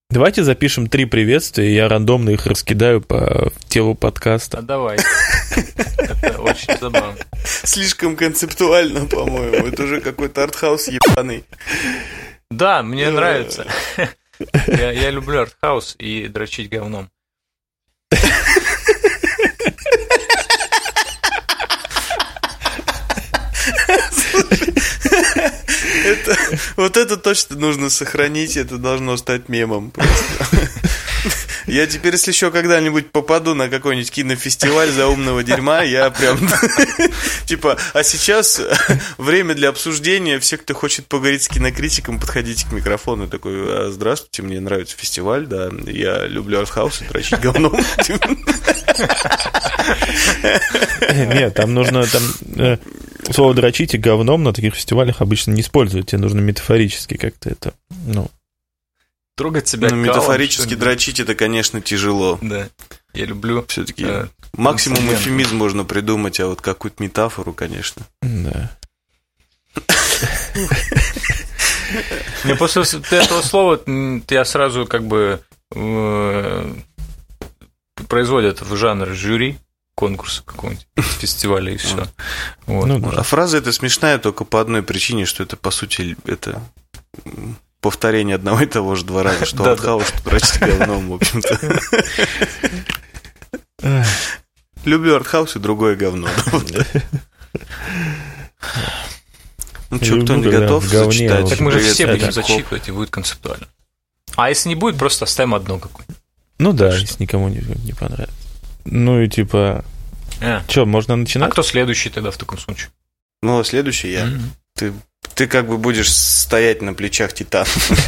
Давайте запишем 3 приветствия, и я рандомно их раскидаю по телу подкаста. А давай. Это очень забавно. Слишком концептуально, по-моему. Это уже какой-то артхаус ебаный. Да, мне нравится. Я люблю артхаус и дрочить говном. Вот это точно нужно сохранить, это должно стать мемом просто. Я теперь, если еще когда-нибудь попаду на какой-нибудь кинофестиваль заумного дерьма, я прям типа, а сейчас время для обсуждения. Все, кто хочет поговорить с кинокритиком, подходите к микрофону. Такой: здравствуйте, мне нравится фестиваль, да, я люблю артхаус и дрочить говном. Нет, там нужно... Слово «дрочите говном» на таких фестивалях обычно не используют. Тебе нужно метафорически как-то это... Трогать себя калом. Метафорически дрочить — это, конечно, тяжело. Да, я люблю... Все-таки максимум эвфемизм можно придумать, а вот какую-то метафору, конечно. Да. Мне после этого слова я сразу как бы производят в жанр жюри конкурса какого-нибудь, фестиваля и все. Вот. А фраза эта смешная только по одной причине, что это, по сути, это повторение одного и того же 2 раза, что артхаус, что дрочить говном, в общем-то. Люблю артхаус и другое говно. Ну что, кто не готов зачитать? Так мы же все будем зачитывать, и будет концептуально. А если не будет, просто оставим одно какое-нибудь. Ну да, если никому не понравится. Ну и типа... Что, можно начинать? А кто следующий тогда в таком случае? Ну, следующий я. Ты как бы будешь стоять на плечах Титана.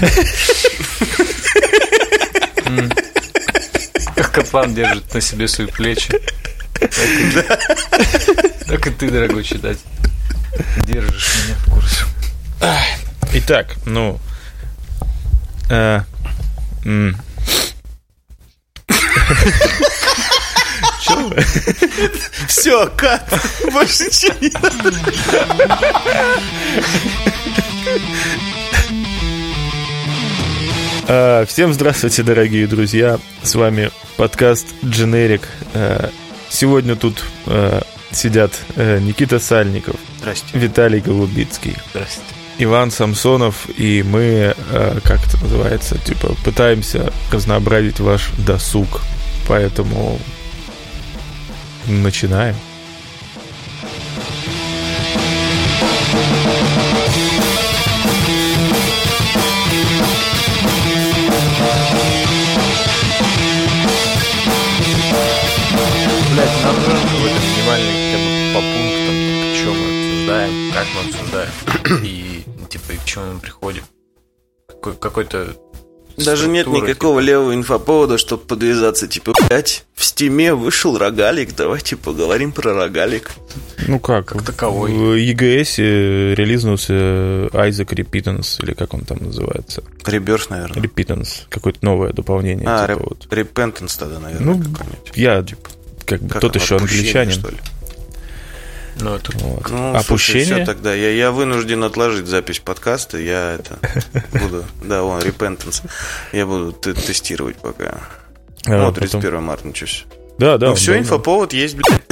Как Каплан держит на себе свои плечи. Так и ты, дорогой читатель, держишь меня в курсе. Итак, Все, как? Больше ничего не надо. Всем здравствуйте, дорогие друзья. С вами подкаст Generic. Сегодня тут сидят Никита Сальников. Здрасте. Виталий Голубицкий. Здрасте. Иван Самсонов. И мы, как это называется, типа пытаемся разнообразить ваш досуг. Поэтому начинаем. Блять, нам нужен какой-то минимальный хотя бы по пунктам, что мы обсуждаем, как мы обсуждаем, и типа и к чему мы приходим. Какой-то даже нет никакого левого инфоповода, чтобы подвязаться. Типа, блять, в Стиме вышел рогалик, давайте поговорим про рогалик. Ну как таковой. В EGS релизнулся Isaac Repentance, или как он там называется? Rebirth, наверное. Repentance, какое-то новое дополнение. Repentance тогда, наверное, какой-нибудь. Я как бы тот еще англичанин. Что ли? Ну, это вот. Опущение. Слушай, все тогда. Я вынужден отложить запись подкаста. Я это буду. Да, вон, Repentance. Я буду тестировать пока. 31 марта, ничего себе. Да. Ну, все, инфоповод есть, блядь.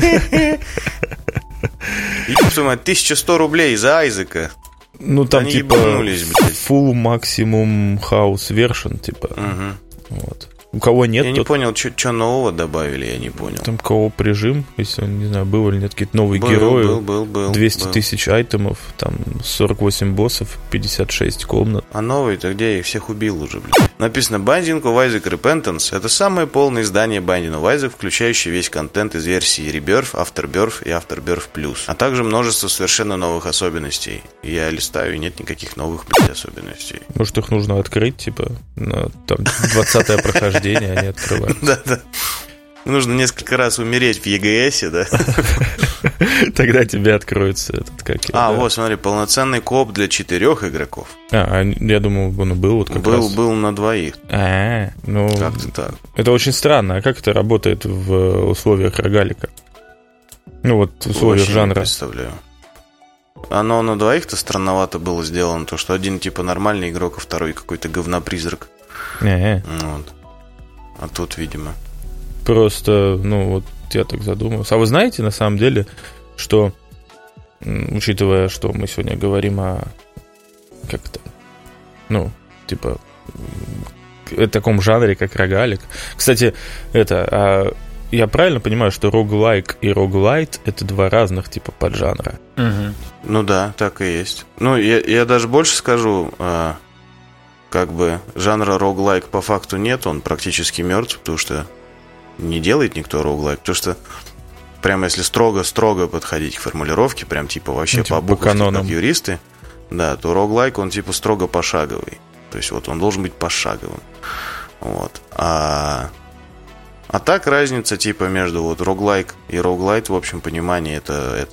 1100 рублей за Айзека. Ну, там они типа full maximum house version, типа. Вот. У кого нет, я не понял, что нового добавили, я не понял. Там кооп режим, если, не знаю, был или нет, какие-то новые герои. Был. 200 тысяч айтемов, там 48 боссов, 56 комнат. А новые-то где? Я их всех убил уже, блин. Написано: Binding of Isaac Repentance. Это самое полное издание Binding of Isaac, включающее весь контент из версии Rebirth, Afterbirth и Afterbirth Plus, а также множество совершенно новых особенностей. Я листаю, и нет никаких новых, блядь, особенностей. Может, их нужно открыть, типа, на там 20-е прохождение. Они открываются. Да. Нужно несколько раз умереть в EGS, да? Тогда тебе откроется этот вот, смотри, полноценный кооп для 4 игроков. Я думал, он был вот как раз. Был на 2. Ну, как-то так. Это очень странно. А как это работает в условиях рогалика? Ну, вот в условиях жанра. Не представляю. Оно на 2-то странновато было сделано, то что один типа нормальный игрок, а второй какой-то говнопризрак. Вот. А тут, видимо... Просто, вот я так задумался. А вы знаете, на самом деле, что, учитывая, что мы сегодня говорим о о таком жанре, как рогалик. Кстати, я правильно понимаю, что роглайк и роглайт — это два разных типа поджанра? Угу. Ну да, так и есть. Я даже больше скажу, жанра роглайк по факту нет, он практически мертв, потому что не делает никто роглайк, потому что прямо если строго подходить к формулировке, прям вообще по буквам, как юристы, да, то роглайк, он строго пошаговый. То есть он должен быть пошаговым. Вот. А так разница между роглайк и роглайт в общем понимании это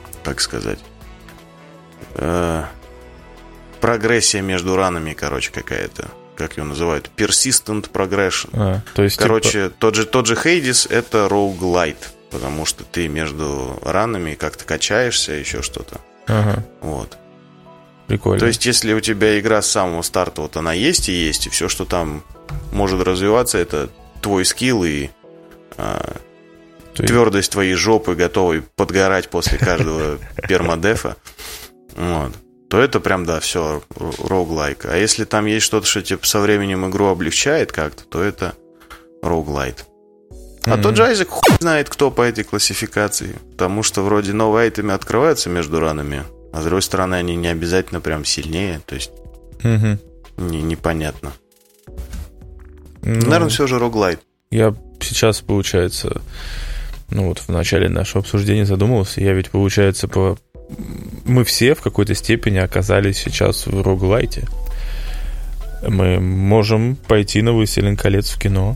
прогрессия между ранами, какая-то. Как ее называют? Persistent progression. То есть, тот же Hades — это роглайт, потому что ты между ранами как-то качаешься, еще что-то. Ага. Вот. Прикольно. То есть, если у тебя игра с самого старта, она есть, и все, что там может развиваться, это твой скилл и твердость твоей жопы, готовой подгорать после каждого пермадефа, то это прям, все, роглайк. А если там есть что-то, что со временем игру облегчает как-то, то это роглайт. А тот же Айзек хуй знает, кто по этой классификации. Потому что вроде новые айтемы открываются между ранами, а с другой стороны, они не обязательно прям сильнее. То есть непонятно. Наверное, все же роглайт. Я сейчас, получается, в начале нашего обсуждения задумался, я ведь, получается, мы все в какой-то степени оказались сейчас в роглайте. Мы можем пойти на «Властелин колец» в кино.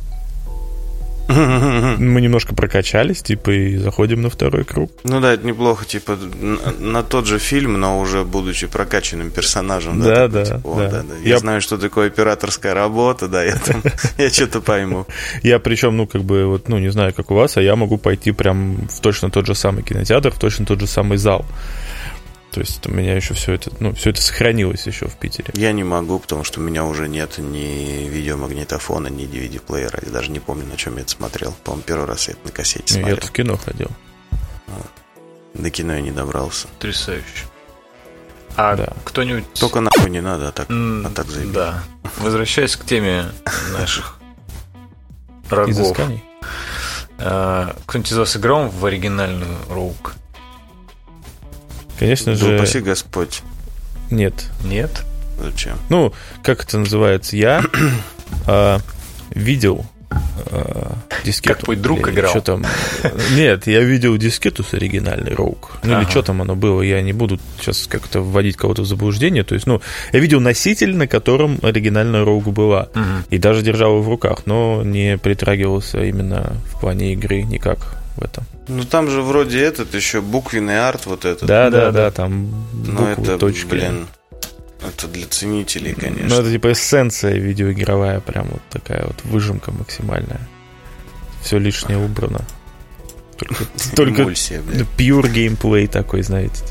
Мы немножко прокачались, и заходим на второй круг. Да, это неплохо, на тот же фильм, но уже будучи прокачанным персонажем. Да. Я знаю, что такое операторская работа, я что-то пойму. Я причем, не знаю, как у вас, а я могу пойти прям в точно тот же самый кинотеатр, в точно тот же самый зал. То есть у меня еще все это сохранилось еще в Питере. Я не могу, потому что у меня уже нет ни видеомагнитофона, ни DVD-плеера. Я даже не помню, на чем я это смотрел. По-моему, первый раз я это на кассете смотрел. Я-то в кино ходил. До кино я не добрался. Потрясающе. А кто-нибудь... Только нахуй не надо, а так заебись. Да. Возвращаясь к теме наших рогов. Изысканий. Кто-нибудь из вас играл в оригинальную Роуг? Конечно же... Упаси Господь. Нет. Нет? Зачем? Как это называется? Я видел дискету. Как твой друг играл? Что там? Нет, я видел дискету с оригинальной Роуг. Или что там оно было, я не буду сейчас как-то вводить кого-то в заблуждение. То есть, я видел носитель, на котором оригинальная Роуг была. И даже держал его в руках, но не притрагивался именно в плане игры никак в этом. Там же вроде еще буквенный арт вот этот. Да, там буквы, это, точки. Это для ценителей, конечно. Это эссенция видеоигровая, прям такая выжимка максимальная. Все лишнее убрано. Только pure геймплей такой, знаете.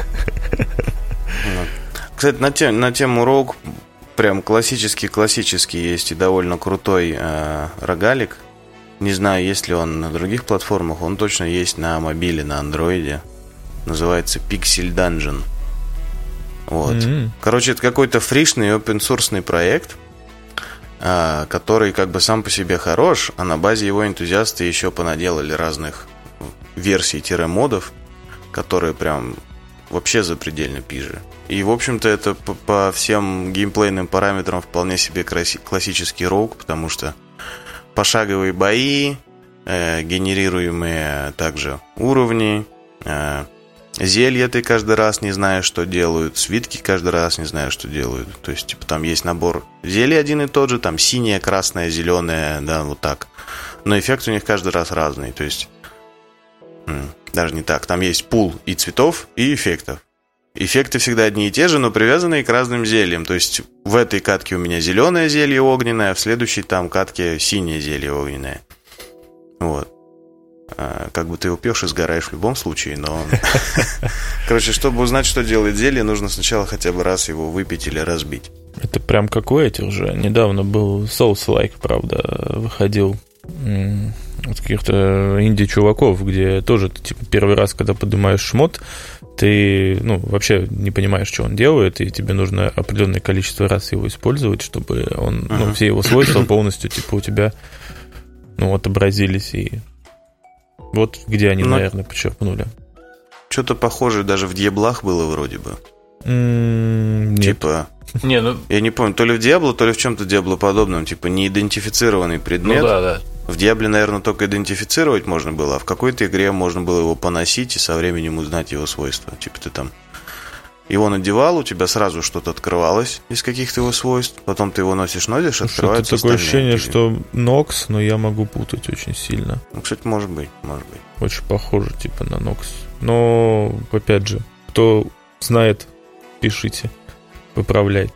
Кстати, на тему Rogue прям классический есть и довольно крутой рогалик. Не знаю, есть ли он на других платформах. Он точно есть на мобиле, на андроиде. Называется Pixel Dungeon. Короче, это какой-то фришный open-source проект, который сам по себе хорош, а на базе его энтузиасты еще понаделали разных версий-модов, которые прям вообще запредельно пижи. И, в общем-то, это по всем геймплейным параметрам вполне себе классический роуг, потому что пошаговые бои, генерируемые также уровни, зелья ты каждый раз не знаешь, что делают, свитки каждый раз не знаешь, что делают. То есть, там есть набор зелий один и тот же, там синее, красное, зеленое, вот так. Но эффект у них каждый раз разный. То есть, даже не так. Там есть пул и цветов, и эффектов. Эффекты всегда одни и те же, но привязанные к разным зельям. То есть, в этой катке у меня зеленое зелье огненное, а в следующей там катке синее зелье огненное. Ты упьешь и сгораешь в любом случае, но... Короче, чтобы узнать, что делает зелье, нужно сначала хотя бы раз его выпить или разбить. Это прям как у этих же. Недавно был Souls-like, правда, выходил от каких-то инди-чуваков, где тоже ты, типа, первый раз, когда поднимаешь шмот, ты, вообще не понимаешь, что он делает, и тебе нужно определенное количество раз его использовать, чтобы он, все его свойства полностью, типа, у тебя, отобразились, и вот где они, наверное, подчеркнули. Что-то похожее даже в Диаблах было вроде бы. Нет. Типа... Я не помню, то ли в Диабло, то ли в чем-то Диабло-подобном, типа неидентифицированный предмет. Да. В Диабле, наверное, только идентифицировать можно было, а в какой-то игре можно было его поносить и со временем узнать его свойства. Типа ты там его надевал, у тебя сразу что-то открывалось из каких-то его свойств, потом ты его носишь, открывается. Такое ощущение, что Нокс, но я могу путать очень сильно. Кстати, может быть. Очень похоже, типа, на Нокс. Но, опять же, кто знает, пишите, выправляйте.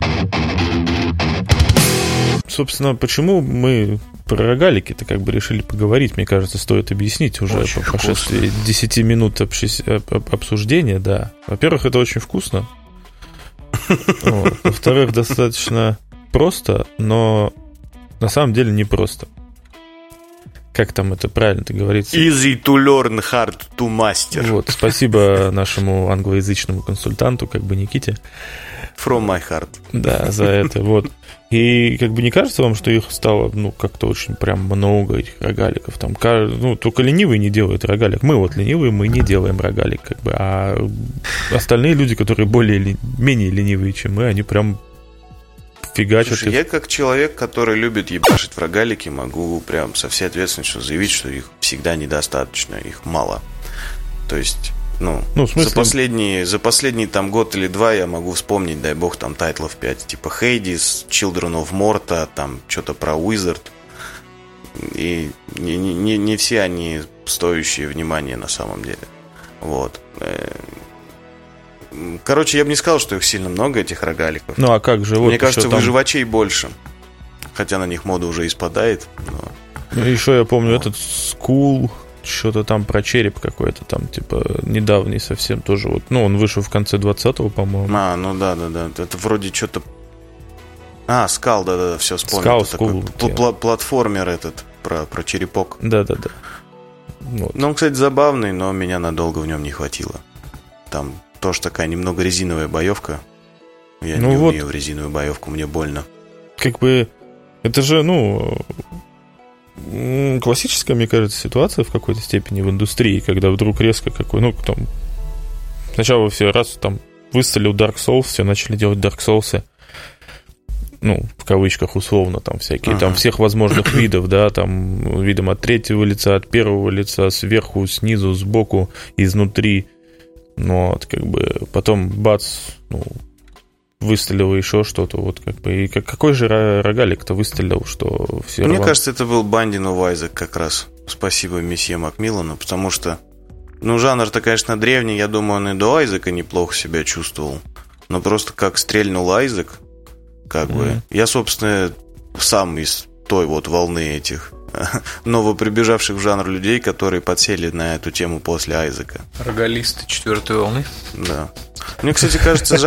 Собственно, почему мы про рогалики-то как бы решили поговорить, мне кажется, стоит объяснить уже очень по прошествии 10 минут обсуждения, да. Во-первых, это очень вкусно. Во-вторых, достаточно просто, но на самом деле не просто. Как там это правильно-то говорится? Easy to learn, hard to master. Вот, спасибо нашему англоязычному консультанту, как бы Никите. From my heart. Да, за это, вот. И как бы не кажется вам, что их стало, как-то очень прям много, этих рогаликов? Там, только ленивые не делают рогалик. Мы вот ленивые, мы не делаем рогалик, как бы. А остальные люди, которые менее ленивые, чем мы, они прям фигачат. Слушай, я как человек, который любит ебашить в рогалики, могу прям со всей ответственностью заявить, что их всегда недостаточно, их мало. То есть... в смысле... за последний там год или два я могу вспомнить, дай бог, там тайтлов 5, типа Hades, Children of Morta, там что-то про Wizard. И не все они стоящие внимания на самом деле. Вот. Короче, я бы не сказал, что их сильно много, этих рогаликов. А как же? Мне кажется, выживачей больше. Хотя на них мода уже испадает. Еще я помню этот School... Что-то там про череп какой-то там, типа, недавний совсем тоже. Вот, он вышел в конце 20-го, по-моему. Да. Это вроде что-то... Скал, да, все вспомнил. Скал, платформер этот, про черепок. Да. Вот. Он, кстати, забавный, но меня надолго в нем не хватило. Там тоже такая немного резиновая боевка. Я не умею в резиновую боевку, мне больно. Как бы, это же, классическая, мне кажется, ситуация в какой-то степени в индустрии, когда вдруг резко сначала все раз там выстрелил Dark Souls, все начали делать Dark Souls, в кавычках условно, там всякие, там всех возможных видов, да, там видом от третьего лица, от первого лица, сверху, снизу, сбоку, изнутри, как бы, потом бац, выстрелил еще что-то, вот как бы. И какой же рогалик-то выстрелил, что все Мне кажется, это был Binding of Isaac как раз. Спасибо месье Макмиллану, потому что, жанр-то, конечно, древний, я думаю, он и до Айзека неплохо себя чувствовал. Но просто как стрельнул Айзек, как бы. Я, собственно, сам из той вот волны этих новоприбежавших в жанр людей, которые подсели на эту тему после Айзека. Рогалисты 4-й волны. Да. Мне, кстати, кажется,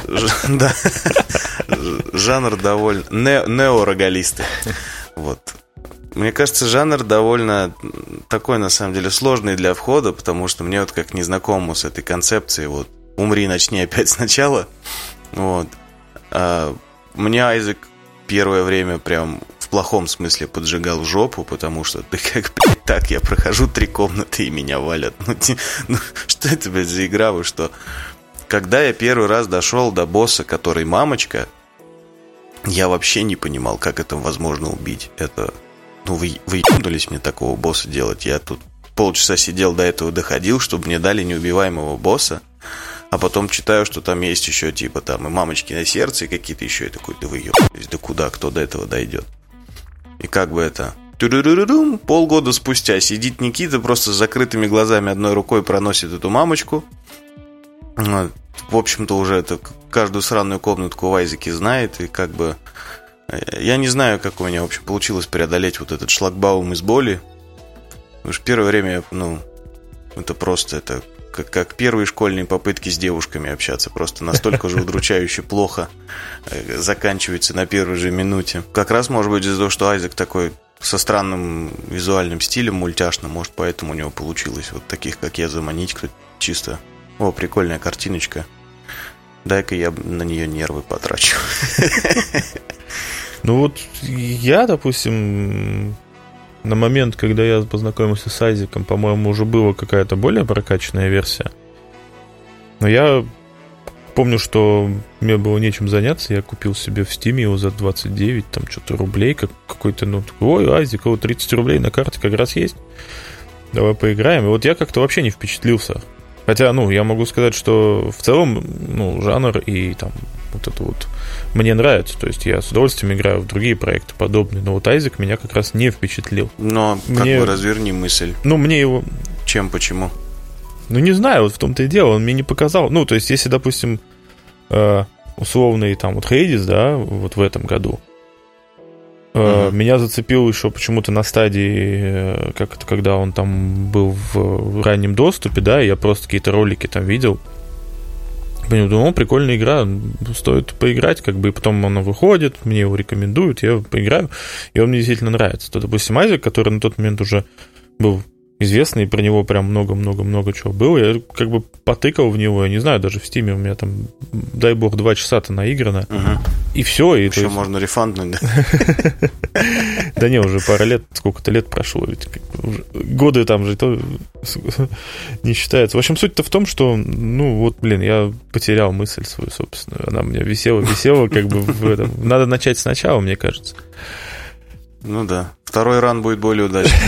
жанр довольно... Неорогалисты. Вот. Мне кажется, жанр довольно такой, на самом деле, сложный для входа, потому что мне как незнакомому с этой концепцией, умри, начни опять сначала. Вот. Мне Айзек первое время прям в плохом смысле поджигал жопу, потому что так я прохожу 3 комнаты и меня валят. Что это, блядь, за игра, вы что? Когда я первый раз дошел до босса, который мамочка, я вообще не понимал, как это возможно убить. Это, вы ебнулись мне такого босса делать. Я тут полчаса сидел, до этого доходил, чтобы мне дали неубиваемого босса, а потом читаю, что там есть еще типа там и мамочки на сердце, и какие-то еще. Я такой, да вы ебнулись, да куда, кто до этого дойдет? И как бы это... Полгода спустя сидит Никита, просто с закрытыми глазами одной рукой проносит эту мамочку. В общем-то, уже это каждую сраную комнатку в Айзеке знает. И как бы... Я не знаю, как у меня, в общем, получилось преодолеть вот этот шлагбаум из боли. Потому что первое время, это просто... Это как первые школьные попытки с девушками общаться. Просто настолько же удручающе плохо заканчивается на первой же минуте. Как раз, может быть, из-за того, что Айзек такой со странным визуальным стилем, мультяшным, может, поэтому у него получилось вот таких, как я, заманить, кто чисто... О, прикольная картиночка. Дай-ка я на нее нервы потрачу. Ну вот я, допустим, на момент, когда я познакомился с Айзеком, по-моему, уже была какая-то более прокачанная версия. Но я помню, что мне было нечем заняться, я купил себе в Steam его за 29 там что-то рублей, какой-то, ну, ой, Айзек, вот 30 рублей на карте как раз есть. Давай поиграем. И вот я как-то вообще не впечатлился. Хотя, ну, я могу сказать, что в целом, ну, жанр и там вот это вот мне нравится. То есть я с удовольствием играю в другие проекты подобные. Но вот Айзек меня как раз не впечатлил. Но как бы разверни мысль. Ну, мне его... Чем, почему? Ну, не знаю, вот в том-то и дело. Он мне не показал. Ну, то есть, если, допустим, условный там вот Хейдис, да, вот в этом году, меня зацепил еще почему-то на стадии, как это, когда он там был в раннем доступе, да, и я просто какие-то ролики там видел. Думал, прикольная игра, стоит поиграть, как бы, и потом она выходит, мне его рекомендуют, я поиграю, и он мне действительно нравится. То, допустим, Айзек, который на тот момент уже был известный, и про него прям много-много-много чего было, я как бы потыкал в него, я не знаю, даже в Стиме у меня там, дай бог, 2 часа-то наиграно, и все. Еще можно рефанднуть, да? Да не, уже пара лет, сколько-то лет прошло, ведь годы там же то не считается. В общем, суть-то в том, что, ну вот, блин, я потерял мысль свою собственную, она у меня висела, как бы в этом. Надо начать сначала, мне кажется. Ну да, второй ран будет более удачный.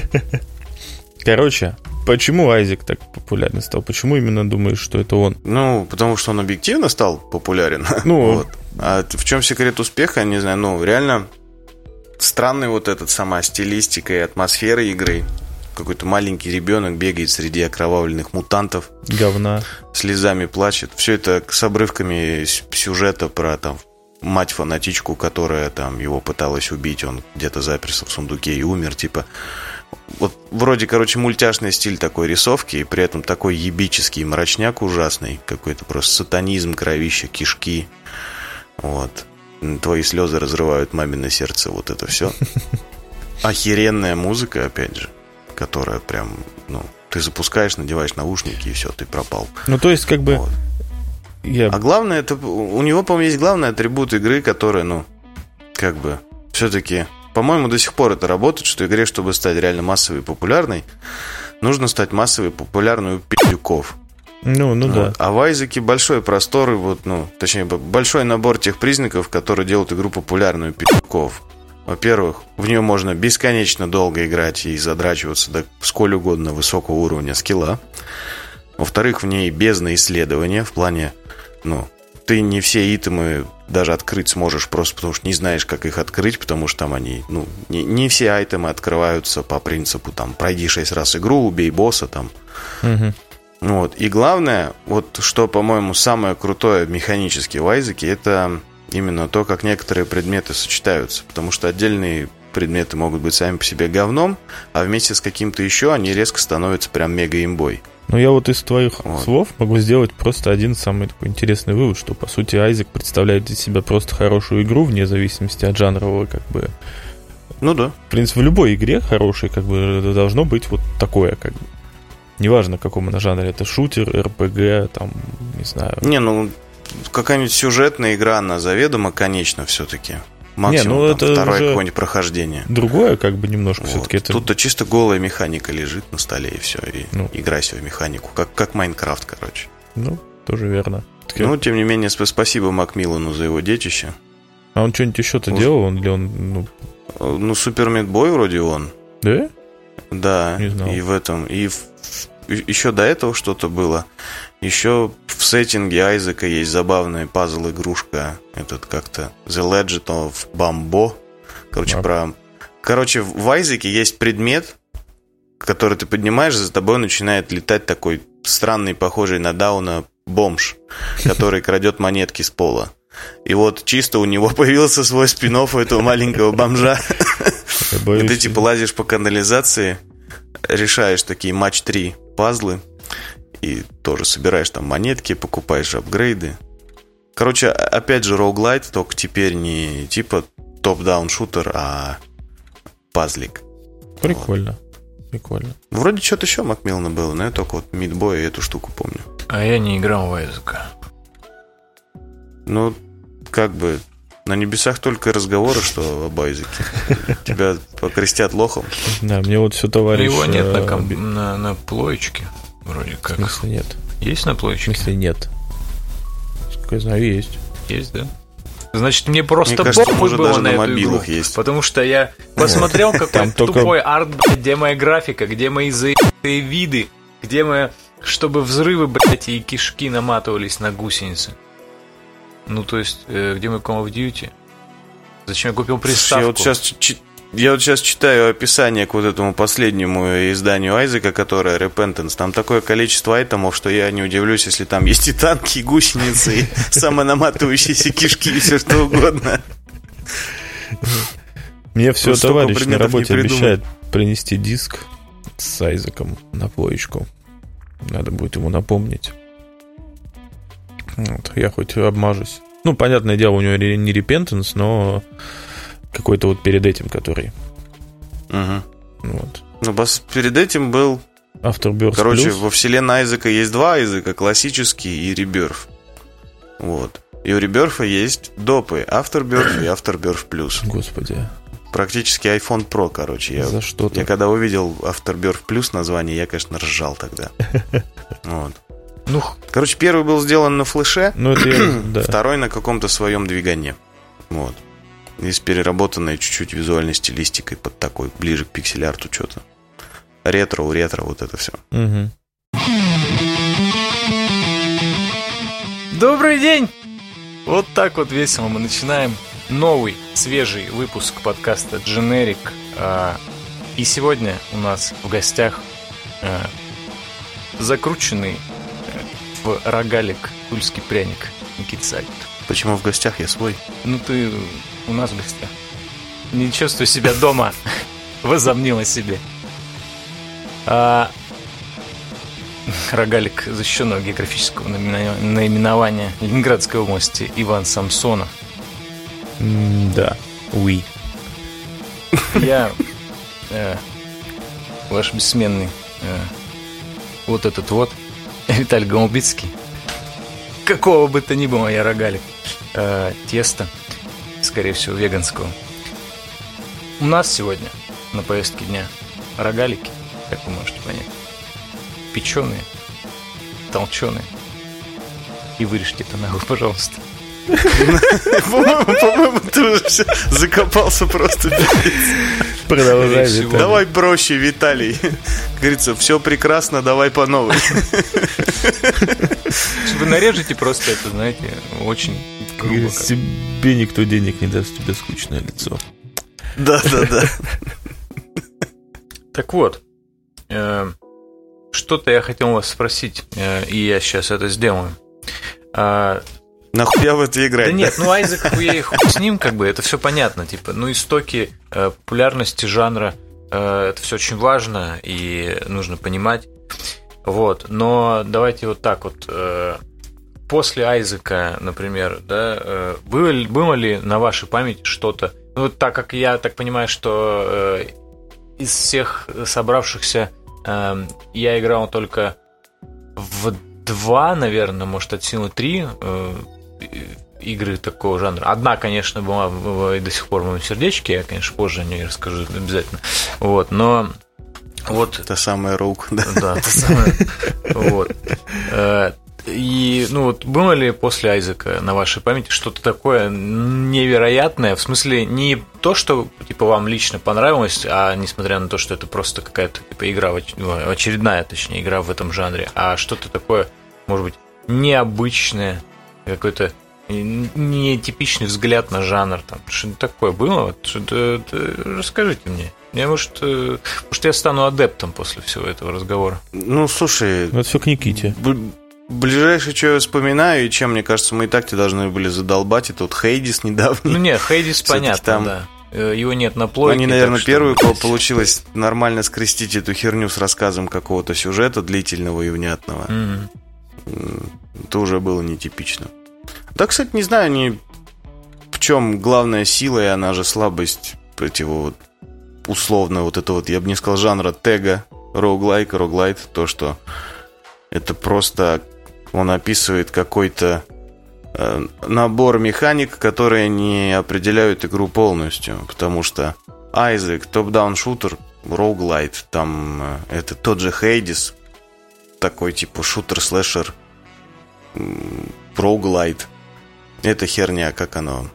Короче, почему Айзек так популярен стал? Почему именно думаешь, что это он? Ну, потому что он объективно стал популярен. Ну, вот. А в чем секрет успеха, я не знаю. Ну, реально странный вот этот сама стилистика и атмосфера игры. Какой-то маленький ребенок бегает среди окровавленных мутантов. Говна. Слезами плачет. Все это с обрывками сюжета про там мать-фанатичку, которая там его пыталась убить. Он где-то заперся в сундуке и умер, типа... Вот вроде, короче, мультяшный стиль такой рисовки, и при этом такой ебический мрачняк ужасный, какой-то просто сатанизм, кровища, кишки. Вот. Твои слезы разрывают мамино сердце, вот это все. Охеренная музыка, опять же, которая прям, ну, ты запускаешь, надеваешь наушники, и все, ты пропал. Ну, то есть, как бы... Вот. А главное, это у него, по-моему, есть главный атрибут игры, который, ну, как бы, все-таки... По-моему, до сих пор это работает, что игре, чтобы стать реально массовой и популярной, нужно стать массовой и популярной у пи***ков. Ну вот. Да. А в Айзеке большой простор, вот, ну, точнее, большой набор тех признаков, которые делают игру популярной у пи***ков. Во-первых, в нее можно бесконечно долго играть и задрачиваться до сколь угодно высокого уровня скилла. Во-вторых, в ней бездна исследования в плане, ну, ты не все итемы даже открыть сможешь просто потому, что не знаешь, как их открыть, потому что там они, ну, не все айтемы открываются по принципу, там, пройди 6 раз игру, убей босса, там. Вот. И главное, вот что, по-моему, самое крутое механически в Айзеке, это именно то, как некоторые предметы сочетаются, потому что отдельные предметы могут быть сами по себе говном, а вместе с каким-то еще они резко становятся прям мега-имбой. Ну, я вот из твоих слов могу сделать просто один самый такой интересный вывод, что, по сути, Айзек представляет из себя просто хорошую игру, вне зависимости от жанрового, как бы... Ну да. В принципе, в любой игре хорошей, как бы, должно быть вот такое, как бы. Неважно, в каком она жанре, это шутер, РПГ, там, не знаю... Не, ну, какая-нибудь сюжетная игра, она заведомо конечна все-таки. Максимум, не, ну, там, это второе какое-нибудь прохождение. Другое, как бы, немножко вот. все-таки это... Тут-то чисто голая механика лежит на столе, и все, и играйся в механику. Как Майнкрафт, короче. Ну, тоже верно. Ну, тем не менее, спасибо Макмиллану за его детище. А он что-нибудь еще-то делал? Он ли он... Ну, Супер Мидбой вроде он. Да? Да. Не знал. И в этом... И еще до этого что-то было. Еще в сеттинге Айзека есть забавная пазл-игрушка. Этот как-то The Legend of Bambo. Короче, в Айзеке есть предмет, который ты поднимаешь, за тобой начинает летать такой странный, похожий на Дауна бомж, который крадет монетки с пола. И вот чисто у него появился свой спин-офф у этого маленького бомжа. И ты типа лазишь по канализации, решаешь такие матч 3 пазлы, и тоже собираешь там монетки, покупаешь апгрейды. Короче, опять же, роуглайт, только теперь не типа топ-даун шутер, а пазлик. Прикольно. Прикольно. Вроде что-то еще Макмиллана было, но я только вот Мидбой и эту штуку помню. А я не играл в Айзека. Ну, как бы на небесах только и разговоры, что об Айзеке. Тебя покрестят лохом. Да, мне вот все товарищ... Его нет на плоечке, вроде как. В смысле нет? Есть на плоечке? В смысле нет? Сколько я знаю, есть. Есть, да? Значит, мне просто похуй было даже на эту мобилах игру, есть. Потому что я посмотрел, какой тупой арт, где моя графика, где мои заебатые виды, где мы, чтобы взрывы, блядь, и кишки наматывались на гусеницы. Ну, то есть, где мой Call of Duty? Зачем я купил приставку? Я вот сейчас читаю описание к вот этому последнему изданию Айзека, которое Repentance. Там такое количество айтемов, что я не удивлюсь, если там есть и танки, и гусеницы, и самонаматывающиеся кишки, и все что угодно. Мне все товарищ на работе обещает принести диск с Айзеком на плоечку. Надо будет ему напомнить. Вот, я хоть обмажусь. Ну, понятное дело, у него не Repentance, но какой-то вот перед этим, который. Угу. Вот. Ну, перед этим был Afterbirth. Короче, Plus. во вселенной Айзека есть два Айзека, классический и Rebirth. Вот. И у Rebirth есть допы Afterbirth и Afterbirth Plus. Господи. Практически iPhone Pro, короче. За что-то. Я когда увидел Afterbirth Plus название, я, конечно, ржал тогда. Вот. Ну, короче, первый был сделан на флеше, да. Второй на каком-то своем двигане. Вот. И с переработанной чуть-чуть визуальной стилистикой под такой, ближе к пиксель-арту что-то. Ретро, вот это все. Угу. Добрый день! Вот так вот весело мы начинаем новый, свежий выпуск подкаста Generic. И сегодня у нас в гостях закрученный в рогалик тульский пряник Никита Савик. Почему в гостях я свой? Ну ты у нас в гостях. Не чувствую себя дома. Возомнил о себе. Рогалик защищенного географического наименования Ленинградской области Иван Самсонов. Да, уи. Я ваш бессменный вот этот вот Виталий Голубицкий. Какого бы то ни было, я рогалик. Тесто, скорее всего, веганского. У нас сегодня на повестке дня рогалики, как вы можете понять. Печеные, толченые. И вырежьте это нахуй, пожалуйста. По-моему, ты уже все закопался просто. Продолжай, Виталий. Давай проще, Виталий. Говорится, все прекрасно, давай по новой. Вы нарежете просто это, знаете, очень грубо. Тебе никто денег не даст, тебе скучное лицо. Да. Так вот, что-то я хотел вас спросить, и я сейчас это сделаю. Нахуя в это играть? Да нет, ну Айзек, я хуй с ним, как бы, это все понятно. Типа, ну истоки популярности жанра, это все очень важно и нужно понимать. Вот, но давайте вот так вот. После Айзека, например, да, было ли на вашей памяти что-то? Ну, так как я так понимаю, что из всех собравшихся я играл только в 2, наверное, может, от силы 3 игры такого жанра. Одна, конечно, была и до сих пор в моем сердечке, я, конечно, позже о ней расскажу обязательно. Вот, но вот... Это самая Rogue, да? Да, это самое. Вот. И, ну, вот было ли после Айзека на вашей памяти что-то такое невероятное? В смысле, не то, что типа вам лично понравилось, а несмотря на то, что это просто какая-то типа игра, очередная, точнее, игра в этом жанре, а что-то такое, может быть, необычное, какой-то нетипичный взгляд на жанр, там, что-то такое было? Вот, что-то, расскажите мне. Может, я стану адептом после всего этого разговора. Ну, слушай... Вот все к Никите. Ближайшее, что я вспоминаю, и чем, мне кажется, мы и так-то должны были задолбать, это вот Хейдис недавний. Ну нет, Хейдис понятно, там, да. его нет на плойке. Они, наверное, первые, кого получилось нормально скрестить эту херню с рассказом какого-то сюжета длительного и внятного. Это уже было нетипично. Да, кстати, не знаю, в чем главная сила и она же слабость этого вот условно вот это вот, я бы не сказал, жанра тега, роуглайт, то, что это просто он описывает какой-то набор механик, которые не определяют игру полностью, потому что Isaac, топ-даун шутер, роуглайт, там это тот же Hades, такой типа шутер-слэшер, роуглайт. Это херня, как оно,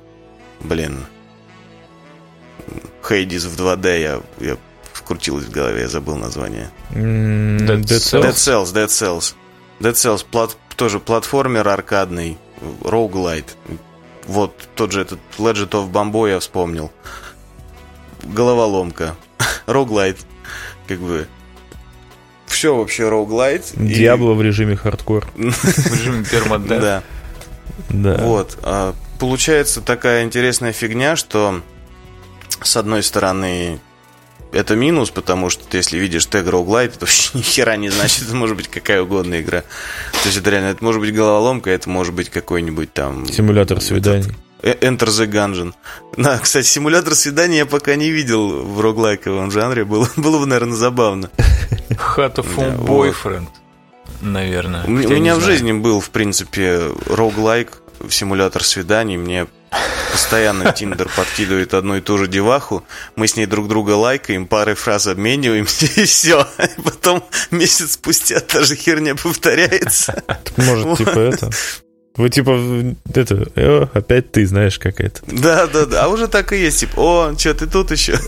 Hades в 2D, я вкрутилось в голове, я забыл название. Dead Cells. Dead Cells, тоже платформер аркадный, роуглайт. Вот тот же этот Legend of Bambo я вспомнил. Головоломка. Роуглайт. Как бы все вообще роуглайт. Диабло в режиме хардкор. В режиме пермадеф. Да. Вот. Получается такая интересная фигня, что с одной стороны это минус, потому что ты, если видишь тег роуглайт, это вообще ни хера не значит, это может быть какая угодно игра. То есть это реально, это может быть головоломка, это может быть какой-нибудь там... Симулятор свиданий. Enter the Gungeon. Да, кстати, симулятор свиданий я пока не видел в роуглайковом жанре, было бы, наверное, забавно. Hatoful Boyfriend, наверное. У меня в жизни был, в принципе, роуглайк, симулятор свиданий, мне... Постоянно Тиндер подкидывает одну и ту же деваху. Мы с ней друг друга лайкаем, парой фраз обмениваемся, и все. И потом месяц спустя та же херня повторяется. Может, типа это... Вы типа, опять ты знаешь, как это. Да. А уже так и есть. Типа, о, что ты тут еще?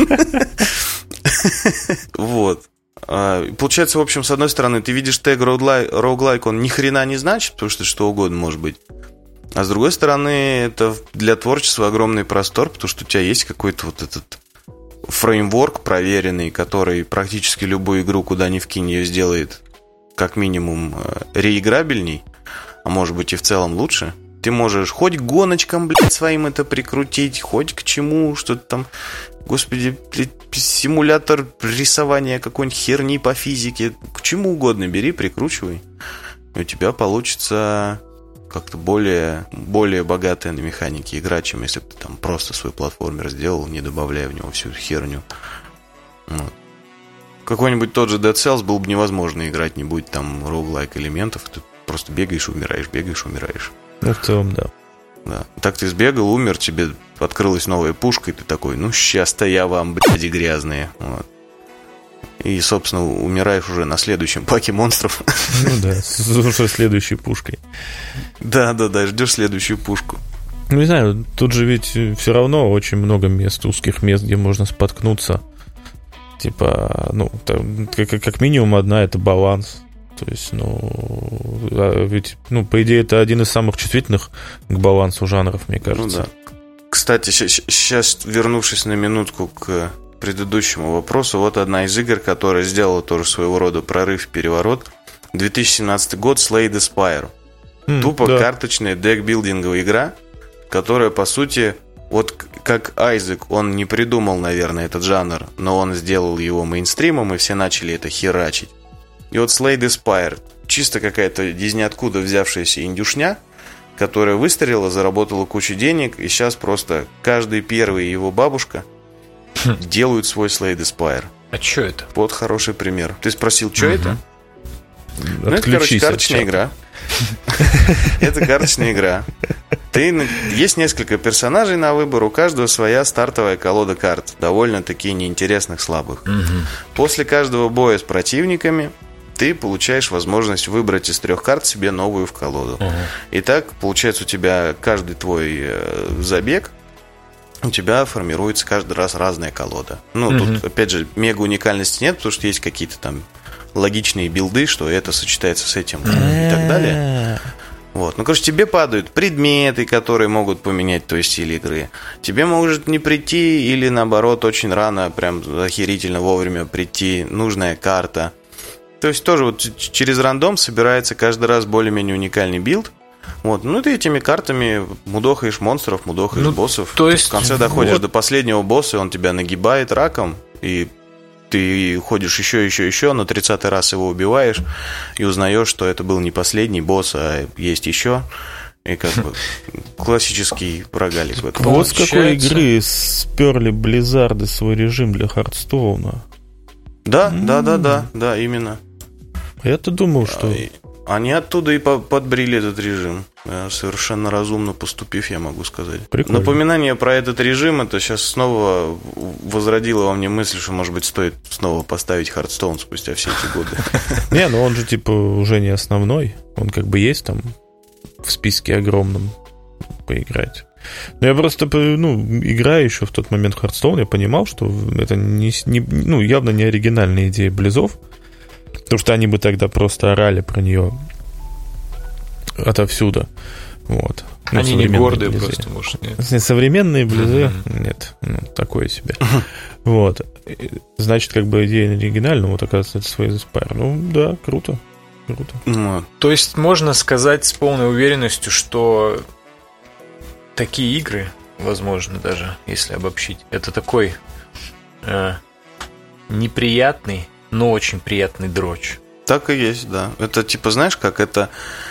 Вот. Получается, в общем, с одной стороны, ты видишь тег роуглайк, он ни хрена не значит, потому что что угодно может быть. А с другой стороны, это для творчества огромный простор, потому что у тебя есть какой-то вот этот фреймворк проверенный, который практически любую игру, куда ни вкинь, ее сделает как минимум реиграбельней, а может быть и в целом лучше. Ты можешь хоть к гоночкам, своим это прикрутить, хоть к чему, что-то там, господи, симулятор рисования какой-нибудь херни по физике, к чему угодно бери, прикручивай, и у тебя получится... как-то более богатая на механике игра, чем если бы ты там просто свой платформер сделал, не добавляя в него всю херню. Вот. Какой-нибудь тот же Dead Cells было бы невозможно играть, не будет там роуглайк элементов, ты просто бегаешь, умираешь. Ну, в целом, да. Да. Так ты сбегал, умер, тебе открылась новая пушка, и ты такой, ну, сейчас-то я вам, блядь, грязные. Вот. И, собственно, умираешь уже на следующем паке монстров. Ну да, с уже следующей пушкой. Да, ждешь следующую пушку. Ну, не знаю, тут же ведь все равно очень много мест, узких мест, где можно споткнуться. Типа, ну, как минимум одна — это баланс. То есть, ведь, по идее, это один из самых чувствительных к балансу жанров, мне кажется. Ну да. Кстати, сейчас, вернувшись на минутку к предыдущему вопросу, вот одна из игр, которая сделала тоже своего рода прорыв, переворот. 2017 год, Slay the Spire. Тупо карточная дек-билдинговая игра, которая, по сути, вот как Isaac, он не придумал, наверное, этот жанр, но он сделал его мейнстримом, и все начали это херачить. И вот Slay the Spire, чисто какая-то из ниоткуда взявшаяся индюшня, которая выстрелила, заработала кучу денег, и сейчас просто каждый первый его бабушка делают свой Slay the Spire. А что это? Вот хороший пример. Ты спросил, что это? Ну, это, короче, карточная игра. Это карточная игра. Есть несколько персонажей на выбор, у каждого своя стартовая колода карт, довольно-таки неинтересных, слабых. После каждого боя с противниками ты получаешь возможность выбрать из 3 карт себе новую в колоду. И так, получается, у тебя каждый твой забег, у тебя формируется каждый раз разная колода. Ну, тут, опять же, мега уникальности нет, потому что есть какие-то там логичные билды, что это сочетается с этим и так далее. Вот. Ну, короче, тебе падают предметы, которые могут поменять твой стиль игры. Тебе может не прийти или, наоборот, очень рано, прям охерительно вовремя прийти нужная карта. То есть тоже вот через рандом собирается каждый раз более-менее уникальный билд. Вот, ну ты этими картами мудохаешь монстров, мудохаешь боссов. То есть в конце доходишь до последнего босса, и он тебя нагибает раком, и ты ходишь еще, на 30-й раз его убиваешь, и узнаешь, что это был не последний босс, а есть еще. И как бы классический рогалик в этом. Вот с какой игры сперли Близзарды свой режим для Хардстоуна. Да, именно. Я-то думал, что... Они оттуда и подбрили этот режим. Совершенно разумно поступив, я могу сказать. Прикольно. Напоминание про этот режим, это сейчас снова возродило во мне мысль, что, может быть, стоит снова поставить Хардстоун спустя все эти годы. Не, ну он же типа уже не основной. Он как бы есть там в списке огромном поиграть. Но я просто, играя еще в тот момент в Хардстоун, я понимал, что это явно не оригинальная идея Близзов, потому что они бы тогда просто орали про нее отовсюду. Вот. Они не гордые Близзы. Просто, может, нет. Современные Близзы, нет, такое себе. Вот. Значит, как бы идея оригинальная, вот, оказывается, это Sway the Spire. Ну, да, круто. То есть можно сказать с полной уверенностью, что такие игры, возможно, даже если обобщить, это такой неприятный, но очень приятный дрочь. Так и есть, да. Это типа, знаешь, как это...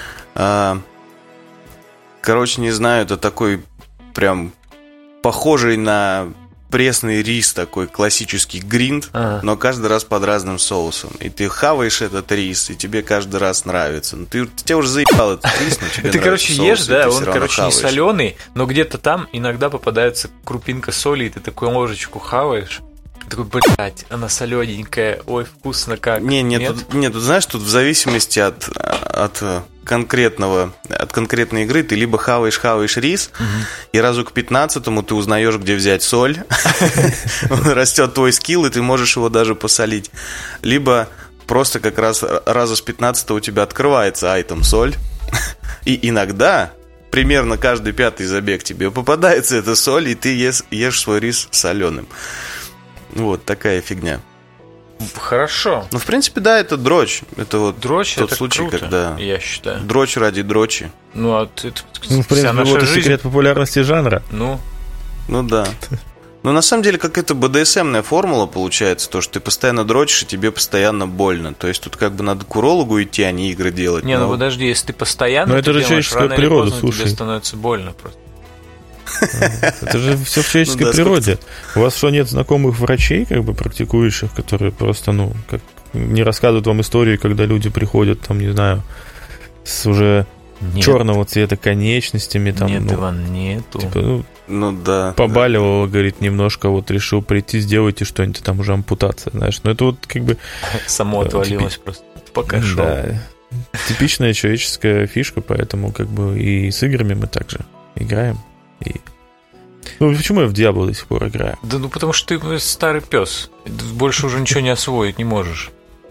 короче, не знаю, это такой прям похожий на пресный рис, такой классический гринд, но каждый раз под разным соусом. И ты хаваешь этот рис, и тебе каждый раз нравится. Ну, тебе уже заебал этот рис, но тебе ты, короче, ешь, да, он, короче, хаваешь. Не соленый, но где-то там иногда попадается крупинка соли, и ты такую ложечку хаваешь. Такой, блядь, она солененькая, ой, вкусно как. Нет, тут, знаешь, тут в зависимости от конкретной игры ты либо хаваешь рис, и разу к 15-му ты узнаешь, где взять соль, растет твой скилл, и ты можешь его даже посолить. Либо просто как раз раза с 15-го у тебя открывается айтем соль, и иногда... Примерно каждый 5-й забег тебе попадается эта соль, и ты ешь свой рис соленым. Вот такая фигня. Хорошо. Ну, в принципе, да, это дрочь. Это вот дрочь, тот это случай, круто, когда я считаю. Дрочь ради дрочи. Ну, а это в принципе, наша вот жизнь... секрет популярности жанра. Ну да. Но на самом деле какая-то БДСМная формула получается, то, что ты постоянно дрочишь, и тебе постоянно больно. То есть тут как бы надо к урологу идти, а не игры делать. Не, ну подожди, если ты постоянно это же человеческая природа, слушай. Тебе становится больно просто. Это же все в человеческой природе. У вас что, нет знакомых врачей, как бы практикующих, которые просто, как не рассказывают вам истории, когда люди приходят, там, не знаю, с уже черного цвета конечностями, там. Нет, Иван, нету. Типа, да. Побаливало, говорит, немножко, вот решил прийти, сделайте что-нибудь, там уже ампутация, знаешь. Но это вот как бы... Само отвалилось просто. Пока шел. Да. Типичная человеческая фишка, поэтому как бы и с играми мы также играем. Почему я в Diablo до сих пор играю? Да потому что ты старый пес. Больше уже ничего не освоить не можешь.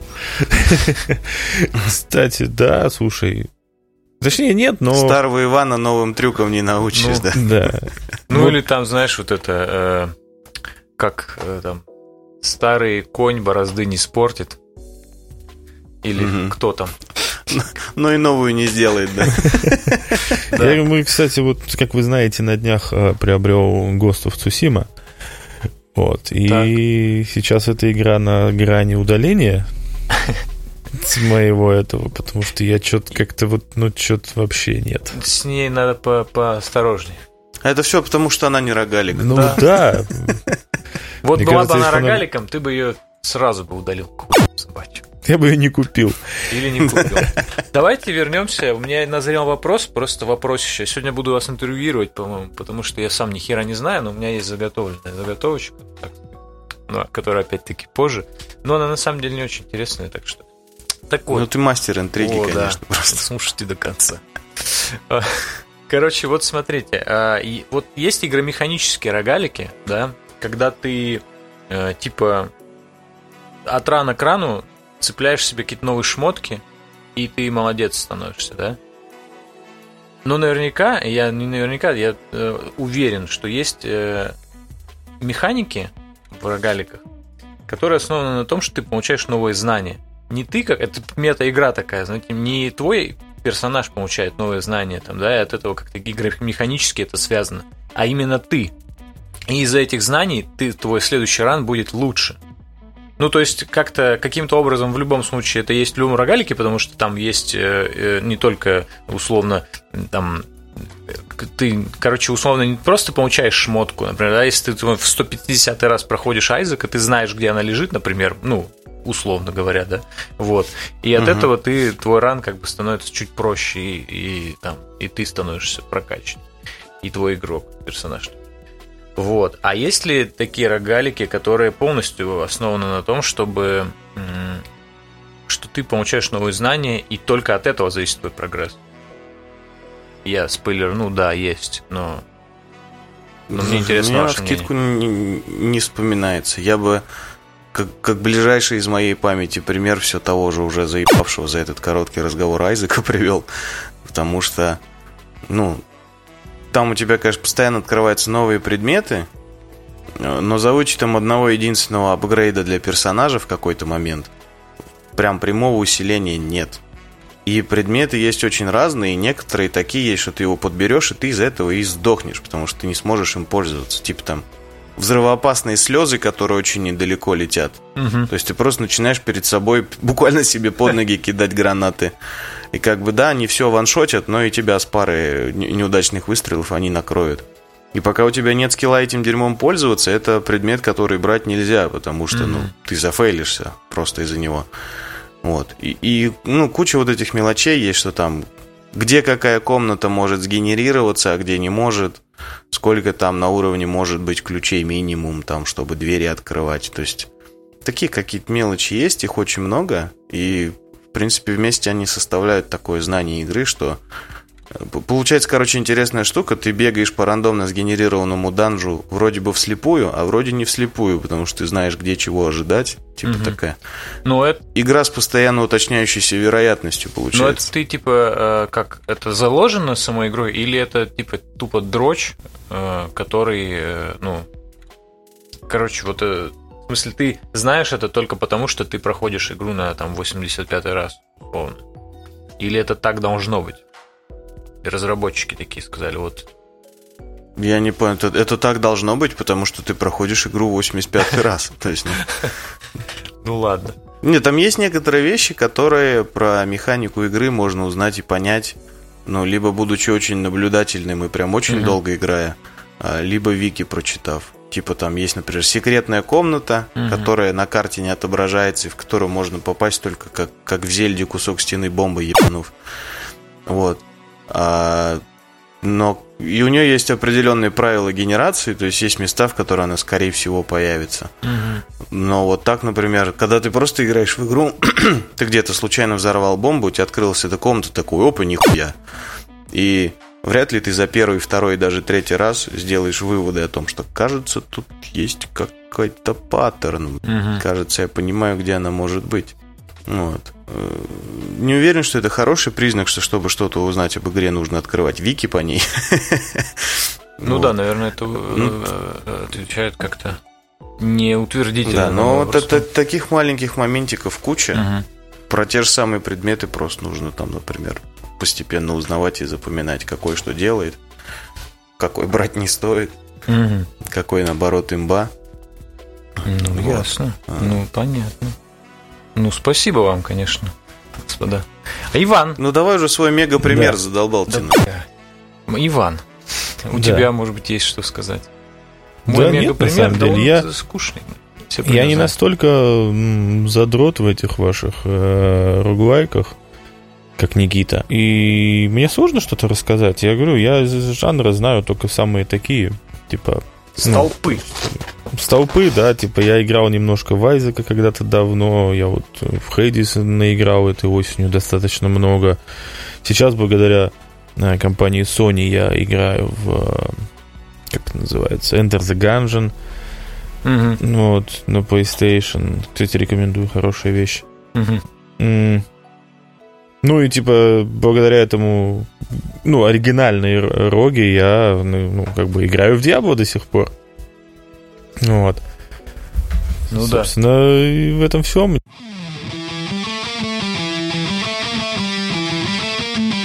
Кстати, да, слушай. Точнее, нет, но... Старого Ивана новым трюкам не научишь, да? Да. Или там, знаешь, вот это... как там... Старый конь борозды не спортит. Или кто там? Но и новую не сделает, да. Я, кстати, вот, как вы знаете, на днях приобрел Ghost of Tsushima. Вот. И сейчас эта игра на грани удаления с моего этого, потому что я что-то как-то что-то вообще нет. С ней надо поосторожнее. Это все потому, что она не рогалик. Да. Вот была бы она рогаликом, ты бы ее сразу бы удалил. Собачью. Я бы ее не купил. Или не купил. Давайте вернемся. У меня назрел вопрос, просто вопросище. Сегодня буду вас интервьюировать, по-моему, потому что я сам ни хера не знаю, но у меня есть заготовленная заготовочка, которая опять-таки позже. Но она на самом деле не очень интересная, так что... Ну ты мастер интриги, конечно. Да. Просто слушайте до конца. Короче, вот смотрите. Вот есть игромеханические рогалики, да, когда ты типа от рана к рану цепляешь себе какие-то новые шмотки, и ты молодец становишься, да? Но наверняка, я уверен, что есть механики в рогаликах, которые основаны на том, что ты получаешь новые знания. Не ты, как это мета-игра такая, знаете, не твой персонаж получает новые знания, там, да, и от этого как-то игромеханически это связано, а именно ты. И из-за этих знаний твой следующий ран будет лучше. Ну, то есть, каким-то образом в любом случае это есть в любом рогалике, потому что там есть не только, условно, там, ты, короче, условно не просто получаешь шмотку, например, да, если ты в 150-й раз проходишь Айзека, ты знаешь, где она лежит, например, ну, условно говоря, да, вот, и от этого твой ран как бы становится чуть проще, и ты становишься прокачан, и твой игрок, персонаж. Вот. А есть ли такие рогалики, которые полностью основаны на том, что ты получаешь новые знания, и только от этого зависит твой прогресс? Я спойлер, ну да, есть, но мне интересно ваше мнение. У меня навскидку не вспоминается. Я бы, как ближайший из моей памяти пример все того же уже заебавшего за этот короткий разговор Айзека привел, потому что, ну, там у тебя, конечно, постоянно открываются новые предметы, но за вычетом одного единственного апгрейда для персонажа в какой-то момент прям прямого усиления нет. И предметы есть очень разные, и некоторые такие есть, что ты его подберешь, и ты из-за этого и сдохнешь, потому что ты не сможешь им пользоваться. Типа там взрывоопасные слезы, которые очень недалеко летят. То есть ты просто начинаешь перед собой буквально себе под ноги кидать гранаты. И как бы, да, они все ваншотят, но и тебя с пары неудачных выстрелов они накроют. И пока у тебя нет скилла этим дерьмом пользоваться, это предмет, который брать нельзя, потому что, ты зафейлишься просто из-за него. Вот. И куча вот этих мелочей есть, что там, где какая комната может сгенерироваться, а где не может, сколько там на уровне может быть ключей минимум, там, чтобы двери открывать. То есть, такие какие-то мелочи есть, их очень много, и в принципе, вместе они составляют такое знание игры, что получается, короче, интересная штука. Ты бегаешь по рандомно сгенерированному данжу вроде бы вслепую, а вроде не вслепую, потому что ты знаешь, где чего ожидать. Типа такая игра с постоянно уточняющейся вероятностью получается. Но это ты, типа, как это заложено самой игрой, или это, типа, тупо дрочь, который, короче, вот... В смысле, ты знаешь это только потому, что ты проходишь игру на там 85-й раз, условно. Или это так должно быть? И разработчики такие сказали, вот. Я не понял, это так должно быть, потому что ты проходишь игру 85-й раз. То есть, ну ладно. Нет, там есть некоторые вещи, которые про механику игры можно узнать и понять, либо будучи очень наблюдательным и прям очень долго играя, либо вики прочитав. Типа там есть, например, секретная комната, которая на карте не отображается, и в которую можно попасть только как в Зельде кусок стены бомбы ебанув. Вот. Но и у нее есть определенные правила генерации, то есть места, в которые она, скорее всего, появится. Но вот так, например, когда ты просто играешь в игру, ты где-то случайно взорвал бомбу, у тебя открылась эта комната, такой, опа, нихуя. И вряд ли ты за первый, второй и даже третий раз сделаешь выводы о том, что, кажется, тут есть какой-то паттерн. Кажется, я понимаю, где она может быть. Вот. Не уверен, что это хороший признак, что чтобы что-то узнать об игре, нужно открывать вики по ней. Ну да, наверное, это отвечает как-то неутвердительно. Да, но вот таких маленьких моментиков куча. Про те же самые предметы просто нужно там, например, постепенно узнавать и запоминать, какой что делает, какой брать не стоит, какой, наоборот, имба. Ну, вот. Ясно. Ну, понятно. Ну, спасибо вам, конечно, господа. А Иван? Ну, давай уже свой мега-пример задолбал тебя. Иван, у тебя, может быть, есть что сказать? Мой мега-пример довольно скучный. Я не настолько задрот в этих ваших роглайках, как Никита. И мне сложно что-то рассказать. Я говорю, я из жанра знаю только самые такие, типа... Столпы. Столпы, да, типа я играл немножко в Айзека когда-то давно, я вот в Хейдис наиграл этой осенью достаточно много. Сейчас благодаря компании Sony я играю в, как это называется, Enter the Gungeon, вот, на PlayStation. Кстати, рекомендую, хорошая вещь. Ну и типа благодаря этому, оригинальной роге я, как бы играю в Диабло до сих пор. Вот. Ну собственно, да. И в этом всем.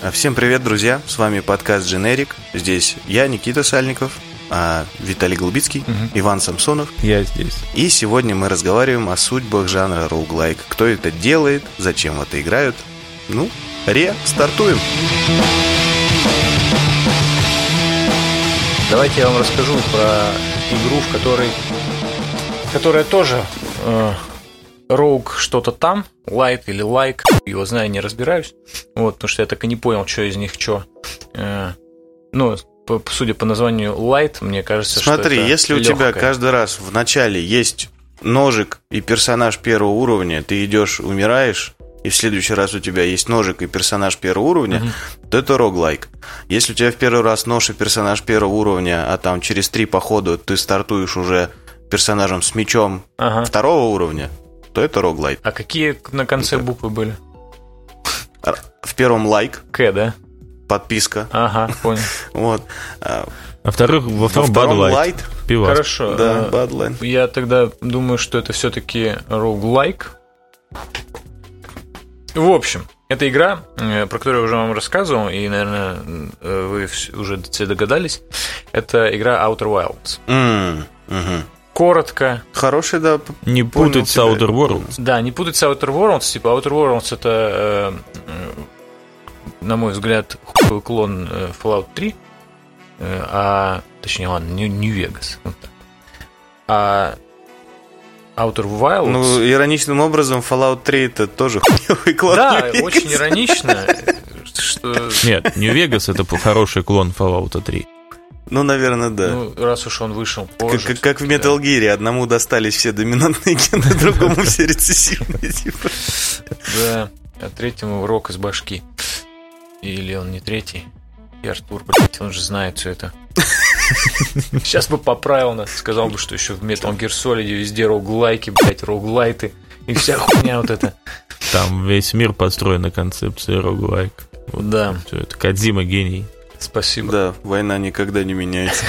Всем привет, друзья! С вами подкаст «Дженерик». Здесь я, Никита Сальников, Виталий Голубицкий, Иван Самсонов. Я здесь. И сегодня мы разговариваем о судьбах жанра роуглайк. Кто это делает, зачем в это играют. Стартуем! Давайте я вам расскажу про игру, которая тоже роуг что-то там, лайт или лайк, его знаю, не разбираюсь, потому что я так и не понял, что из них что. Судя по названию лайт, мне кажется, Смотри, что это если у тебя каждый раз в начале есть ножик и персонаж первого уровня, ты идешь, умираешь, и в следующий раз у тебя есть ножик и персонаж первого уровня, то это роглайк. Если у тебя в первый раз нож и персонаж первого уровня, а там через 3 похода ты стартуешь уже персонажем с мечом второго уровня, то это роглайк. А какие на конце буквы были? В первом лайк. К, да? Подписка. Ага, понял. Вот. Во втором Bud Light. Пивас. Хорошо. Да, Bud Light. Я тогда думаю, что это все-таки роуглайк. В общем, это игра, про которую я уже вам рассказывал, и, наверное, вы уже все догадались. Это игра Outer Wilds. Коротко. Хороший, да. Не путать с Outer Worlds. Да, не путать с Outer Worlds. Типа Outer Worlds это, на мой взгляд, хуевый клон Fallout 3. Точнее, ладно, New Vegas. Вот так. А Outer Wilds... ироничным образом Fallout 3 это тоже хуевый клон. Да, очень иронично. Нет, New Vegas это хороший клон Fallout 3. Наверное, да. Раз уж он вышел позже. Как в Metal Gear, одному достались все доминантные гены, другому все рецессивные. Да, а третьему рок из башки. Или он не третий? И Артур, блядь, он же знает все это. Сейчас бы поправил нас, сказал бы, что еще в Metal Gear Solid везде роуглайки, блядь, роуглайты и вся хуйня вот эта. Там весь мир построен на концепции роуглайк. Да. Все это Кодзима гений. Спасибо. Да, война никогда не меняется.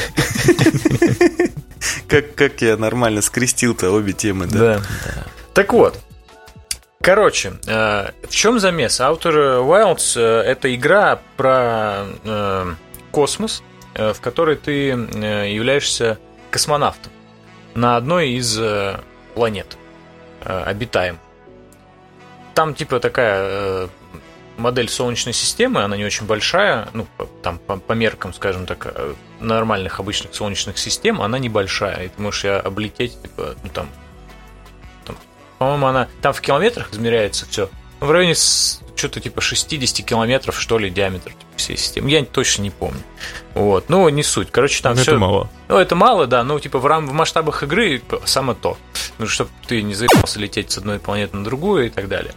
Как я нормально скрестил-то обе темы, да? Так вот. Короче, в чем замес? Outer Wilds это игра про космос, в которой ты являешься космонавтом на одной из планет обитаем. Там типа такая модель Солнечной системы, она не очень большая, там по меркам, скажем так, нормальных обычных солнечных систем, она небольшая, и ты можешь ее облететь, типа, по-моему, она там в километрах измеряется все. В районе что-то типа 60 километров, что ли, диаметр типа, всей системы. Я точно не помню. Не суть. Короче, там все. Это мало. Это мало, да. В масштабах игры самое то. Чтобы ты не заебался лететь с одной планеты на другую и так далее.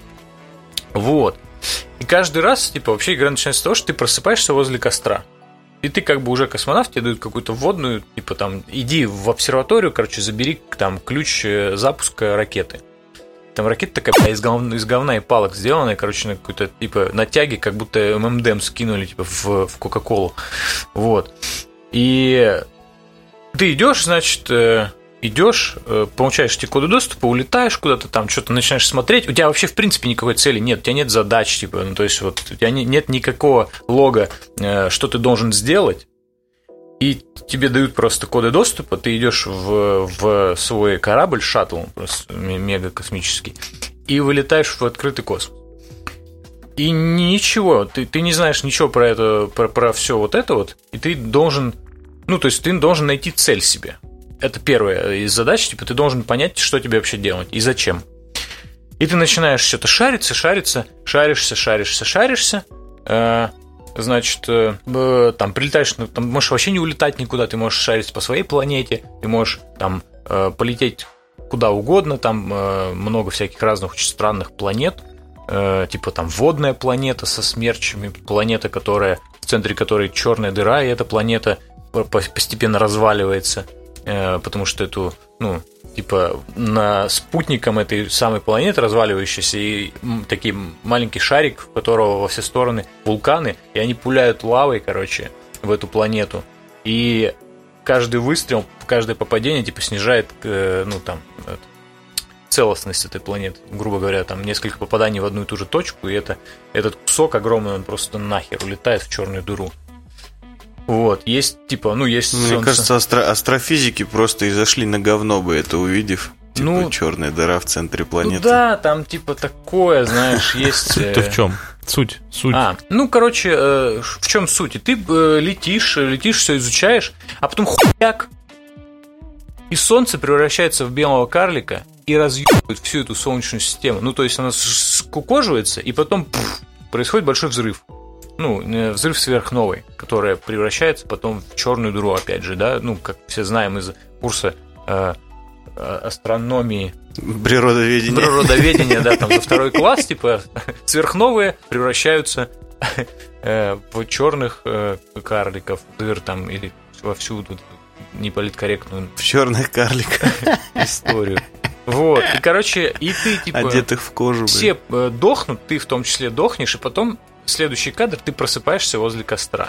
И каждый раз, вообще игра начинается с того, что ты просыпаешься возле костра. И ты как бы уже космонавт, тебе дают какую-то вводную, иди в обсерваторию, забери там ключ запуска ракеты. Там ракета такая из говна и палок сделанная, на какой-то, на тяге, как будто ММДМ скинули, в Кока-Колу. И ты идешь, значит, получаешь эти коды доступа, улетаешь куда-то там, что-то начинаешь смотреть. У тебя вообще, в принципе, никакой цели нет, у тебя нет задач, то есть, у тебя нет никакого лога, что ты должен сделать. И тебе дают просто коды доступа, ты идешь в свой корабль, шаттл, просто мега космический, и вылетаешь в открытый космос. И ничего, ты не знаешь ничего про это, про все и ты должен, ты должен найти цель себе. Это первая из задач, ты должен понять, что тебе вообще делать и зачем. И ты начинаешь что-то шариться, шаришься. Значит, там прилетаешь, там можешь вообще не улетать никуда, ты можешь шарить по своей планете, ты можешь там полететь куда угодно, там много всяких разных очень странных планет, типа там водная планета со смерчами, планета, в центре которой черная дыра, и эта планета постепенно разваливается, потому что эту, спутником этой самой планеты разваливающейся и такие маленький шарик, в которого во все стороны вулканы, и они пуляют лавой, в эту планету. И каждый выстрел, каждое попадение снижает, целостность этой планеты. Грубо говоря, там несколько попаданий в одну и ту же точку, и этот кусок огромный, он просто нахер улетает в черную дыру. Вот, есть типа, есть Мне Солнце. кажется, астрофизики просто и зашли на говно бы это увидев. Типа черная дыра в центре планеты. Да, там типа такое, знаешь, есть... Суть-то в чем? Суть. В чем суть? Ты летишь, все изучаешь, а потом хуяк, и Солнце превращается в белого карлика и разъебывает всю эту Солнечную систему. То есть она скукоживается, и потом происходит большой взрыв. Взрыв сверхновой, которая превращается потом в черную дыру, опять же, да, как все знаем из курса астрономии. Природоведения, да, там за 2 класс, типа, сверхновые превращаются в черных карликов, дыр там, или во всю тут неполиткорректную в черных карликов историю. Вот, и, и ты, типа... Одетых в кожу. Все дохнут, ты в том числе дохнешь, и потом следующий кадр, ты просыпаешься возле костра.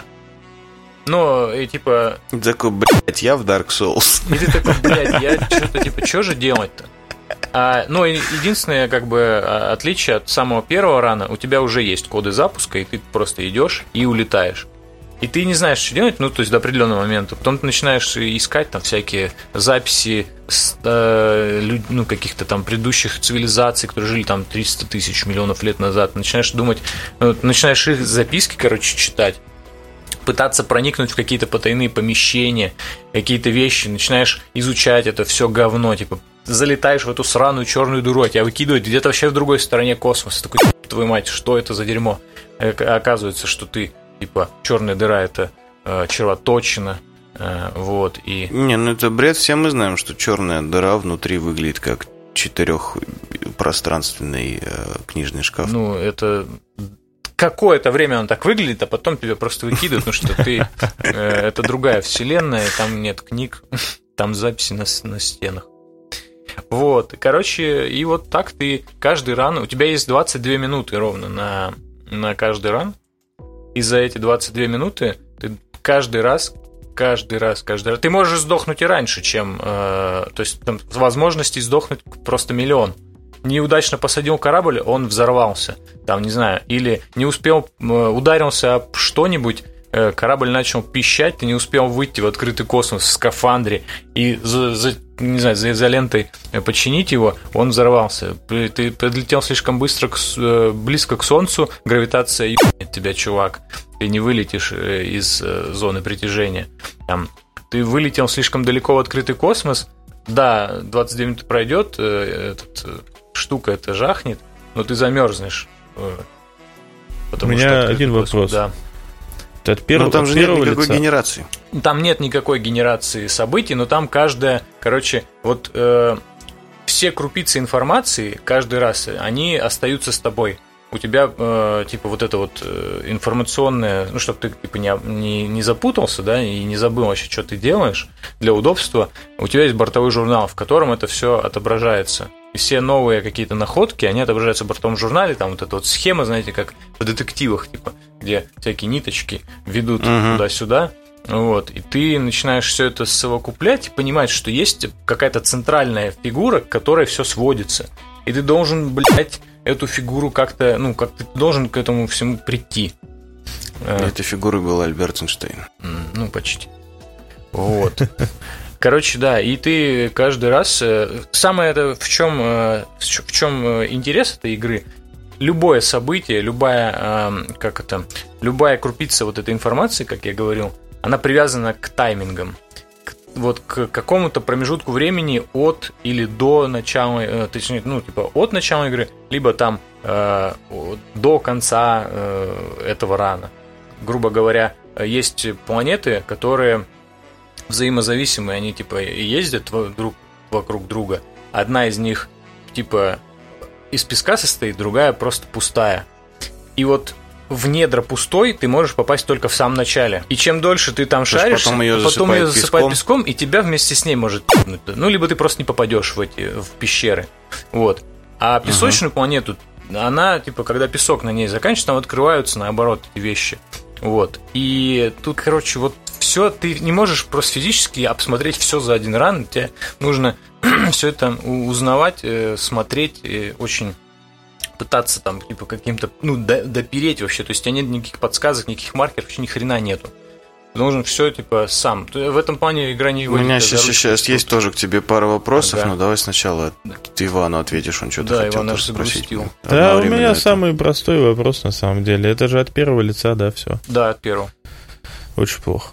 И типа... Ты такой, блядь, я в Dark Souls. И ты такой, блядь, я что-то типа, что же делать-то? Единственное, отличие от самого первого рана, у тебя уже есть коды запуска, и ты просто идешь и улетаешь. И ты не знаешь, что делать, то есть до определенного момента. Потом ты начинаешь искать там всякие записи каких-то там предыдущих цивилизаций, которые жили там 300 тысяч миллионов лет назад. Начинаешь думать, начинаешь их записки, читать. Пытаться проникнуть в какие-то потайные помещения, какие-то вещи, начинаешь изучать это все говно, типа залетаешь в эту сраную черную дыру, а тебя выкидывают где-то вообще в другой стороне космоса. Такой, твою мать, что это за дерьмо? Оказывается, что ты, типа, черная дыра — это червоточина, вот, и... это бред, все мы знаем, что черная дыра внутри выглядит как 4-пространственный книжный шкаф. Это... Какое-то время он так выглядит, а потом тебя просто выкидывают, потому что ты... Это другая вселенная, там нет книг, там записи на стенах. Вот, и вот так ты каждый ран... У тебя есть 22 минуты ровно на каждый ран, и за эти 22 минуты ты каждый раз... Ты можешь сдохнуть и раньше, чем... то есть там возможностей сдохнуть просто миллион. Неудачно посадил корабль, он взорвался, там, не знаю, или не успел, ударился об что-нибудь, корабль начал пищать, ты не успел выйти в открытый космос в скафандре и за изолентой починить его, он взорвался. Ты подлетел слишком близко к Солнцу, гравитация ебнет тебя, чувак, ты не вылетишь из зоны притяжения. Там, ты вылетел слишком далеко в открытый космос, да, 29 минут пройдет, штука это жахнет, но ты замерзнешь. У меня один вопрос. Да. Там же нет никакой генерации. Там нет никакой генерации событий, но там каждая, все крупицы информации каждый раз, они остаются с тобой. У тебя, информационное, чтобы ты не запутался, да, и не забыл вообще, что ты делаешь, для удобства, у тебя есть бортовой журнал, в котором это все отображается. И все новые какие-то находки, они отображаются в бортовом журнале, там эта схема, знаете, как в детективах, где всякие ниточки ведут туда-сюда. Вот, и ты начинаешь все это совокуплять и понимать, что есть какая-то центральная фигура, к которой все сводится. И ты должен, эту фигуру как-то, как ты должен к этому всему прийти. Этой фигурой был Альберт Эйнштейн. Почти. Вот. Да, и ты каждый раз... Самое это в чем интерес этой игры? Любое событие, любая крупица этой информации, как я говорил, она привязана к таймингам. К какому-то промежутку времени от или до начала, точнее, от начала игры, либо там до конца этого рана. Грубо говоря, есть планеты, которые взаимозависимые, они ездят друг вокруг друга. Одна из них из песка состоит, другая просто пустая. И в недра пустой ты можешь попасть только в самом начале. И чем дольше ты там шаришь, потом ее засыпает песком, и тебя вместе с ней может пнуть. Либо ты просто не попадешь в пещеры. Вот. А песочную планету, она, когда песок на ней заканчивается, там открываются, наоборот, эти вещи. Вот. И тут, все, ты не можешь просто физически обсмотреть все за один ран. Тебе нужно все это узнавать, смотреть, очень пытаться там типа каким-то, допереть вообще. То есть у тебя нет никаких подсказок, никаких маркеров, вообще ни хрена нету. Ты должен все типа сам. В этом плане игра не выводит. У меня сейчас есть тоже к тебе пара вопросов, но давай сначала ты Ивану ответишь, он что-то хотел Иван аж спросить. Да, у меня самый простой вопрос на самом деле. Это же от первого лица, да, все. Да, от первого. Очень плохо.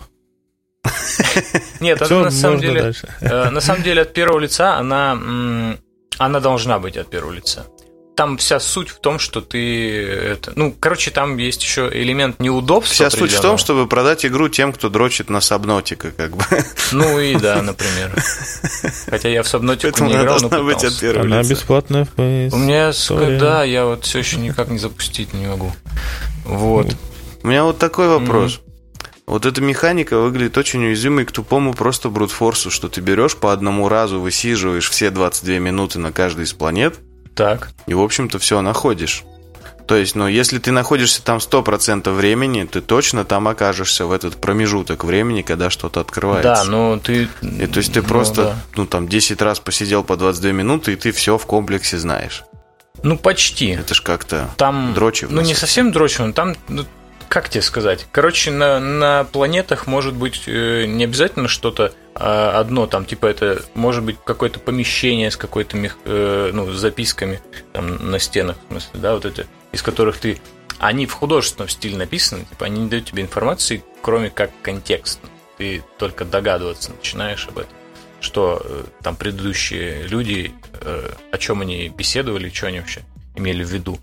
Нет, это на самом деле от первого лица она должна быть от первого лица. Там вся суть в том, что ты там есть еще элемент неудобства. Вся суть в том, чтобы продать игру тем, кто дрочит на Subnautica, как бы. Ну и да, например. Хотя я в Subnautica не играл, но пытался. Она бесплатная в PS. У меня, да, я вот все еще никак не запустить не могу. Вот. У меня вот такой вопрос. Вот эта механика выглядит очень уязвимой к тупому просто брутфорсу, что ты берешь по одному разу, высиживаешь все 22 минуты на каждой из планет. Так. И, в общем-то, все находишь. То есть, если ты находишься там 100% времени, ты точно там окажешься в этот промежуток времени, когда что-то открывается. Да, но ты... И, то есть, ты просто, 10 раз посидел по 22 минуты, и ты все в комплексе знаешь. Почти. Это ж как-то там, дрочевно. Не совсем дрочевно, там... Как тебе сказать? Короче, на планетах может быть не обязательно что-то одно, там, типа, это может быть какое-то помещение с какой-то записками там, на стенах, в смысле, да, вот это, из которых они в художественном стиле написаны, типа, они не дают тебе информации, кроме как контекст. Ты только догадываться начинаешь об этом, что там предыдущие люди, о чем они беседовали, что они вообще имели в виду.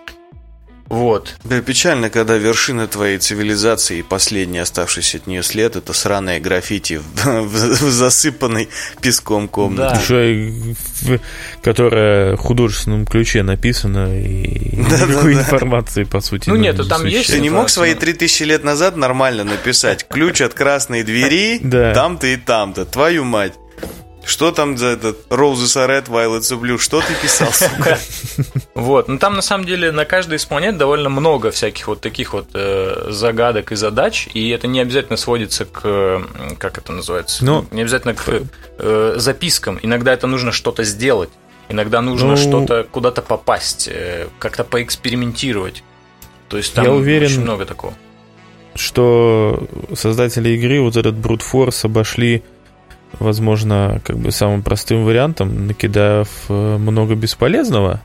Вот. Да, печально, когда вершина твоей цивилизации и последний оставшийся от нее след — это сраное граффити в засыпанной песком комнате. Да. Которая в художественном ключе написана, и никакой информации, по сути, нет, там есть. Ты не мог свои 3000 лет назад нормально написать: ключ от красной двери там-то и там-то, твою мать. Что там за этот Roses are red, violets are blue? Что ты писал, сука? Вот, там на самом деле на каждой из планет довольно много всяких вот таких вот загадок и задач, и это не обязательно сводится к, как это называется, не обязательно к запискам. Иногда это нужно что-то сделать, иногда нужно что-то куда-то попасть, как-то поэкспериментировать. То есть там очень много такого. Что создатели игры вот этот brute force обошли, возможно, как бы самым простым вариантом, накидав много бесполезного.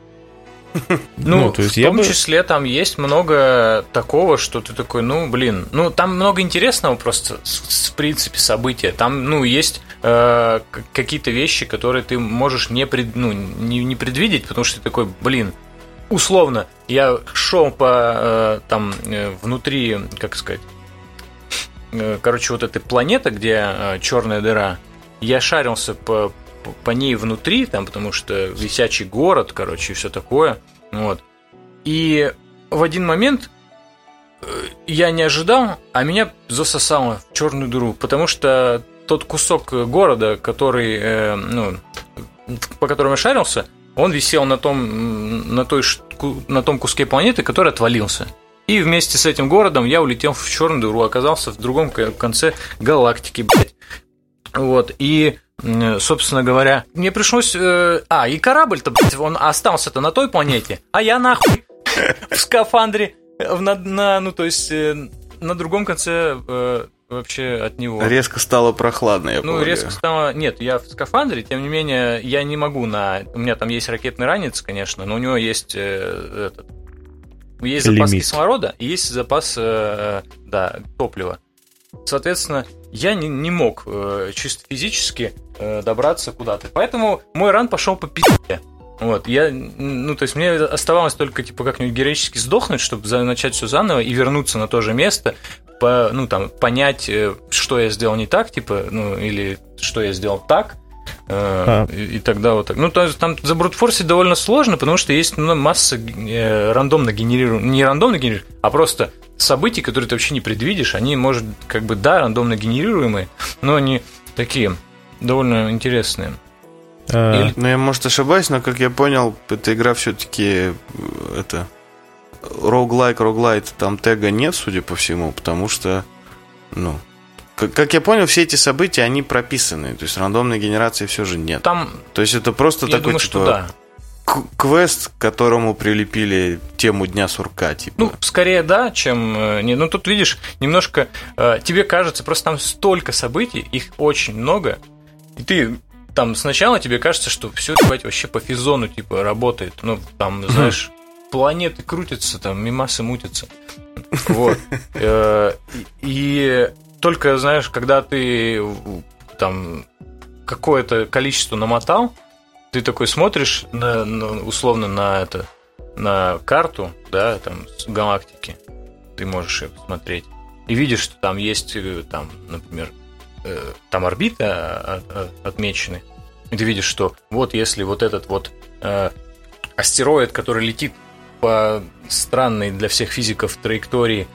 То есть в том числе там есть много такого, что ты такой, там много интересного просто, в принципе, события. Там, есть какие-то вещи, которые ты можешь не предвидеть, потому что ты такой, условно, я шел по внутри, как сказать, вот этой планеты, где черная дыра, я шарился по ней внутри, там, потому что висячий город, и все такое. Вот. И в один момент я не ожидал, а меня засосало в черную дыру, потому что тот кусок города, который, по которому я шарился, он висел на том куске планеты, который отвалился. И вместе с этим городом я улетел в черную дыру, оказался в другом конце галактики, блядь. Вот, и, собственно говоря, мне пришлось... и корабль-то, блядь, он остался-то на той планете, а я нахуй в скафандре, на другом конце вообще от него. Резко стало прохладно, я полагаю. Резко стало... Нет, я в скафандре, тем не менее, я не могу У меня там есть ракетный ранец, конечно, но у него есть Есть запас кислорода и есть запас топлива. Соответственно, я не мог чисто физически добраться куда-то. Поэтому мой ран пошел по пизде. Вот, мне оставалось только как-нибудь героически сдохнуть, чтобы начать все заново и вернуться на то же место, понять, что я сделал не так, или что я сделал так. И тогда вот так. Там за брутфорсить довольно сложно, потому что есть масса рандомно генерируемых, не рандомно генерируемых, а просто событий, которые ты вообще не предвидишь. Они, может, рандомно генерируемые, но они такие довольно интересные. Я, может, ошибаюсь, но, как я понял, эта игра все-таки roguelite, там тега нет, судя по всему, потому что, как я понял, все эти события, они прописаны. То есть рандомной генерации все же нет. Там, то есть это просто я такой, думаю, типа, что да. Квест, к которому прилепили тему Дня сурка, типа. Ну, скорее да, чем... Ну, тут, видишь, немножко... Тебе кажется, просто там столько событий, их очень много, и ты... Там сначала тебе кажется, что все это вообще по физону, типа, работает. Ну, там, знаешь, планеты крутятся, там, мемасы мутятся. Вот. И только, знаешь, когда ты там какое-то количество намотал, ты такой смотришь условно на карту, да, там, с галактики, ты можешь ее посмотреть, и видишь, что там есть, там, например, там орбиты отмечены, и ты видишь, что вот если вот этот вот астероид, который летит по странной для всех физиков траектории,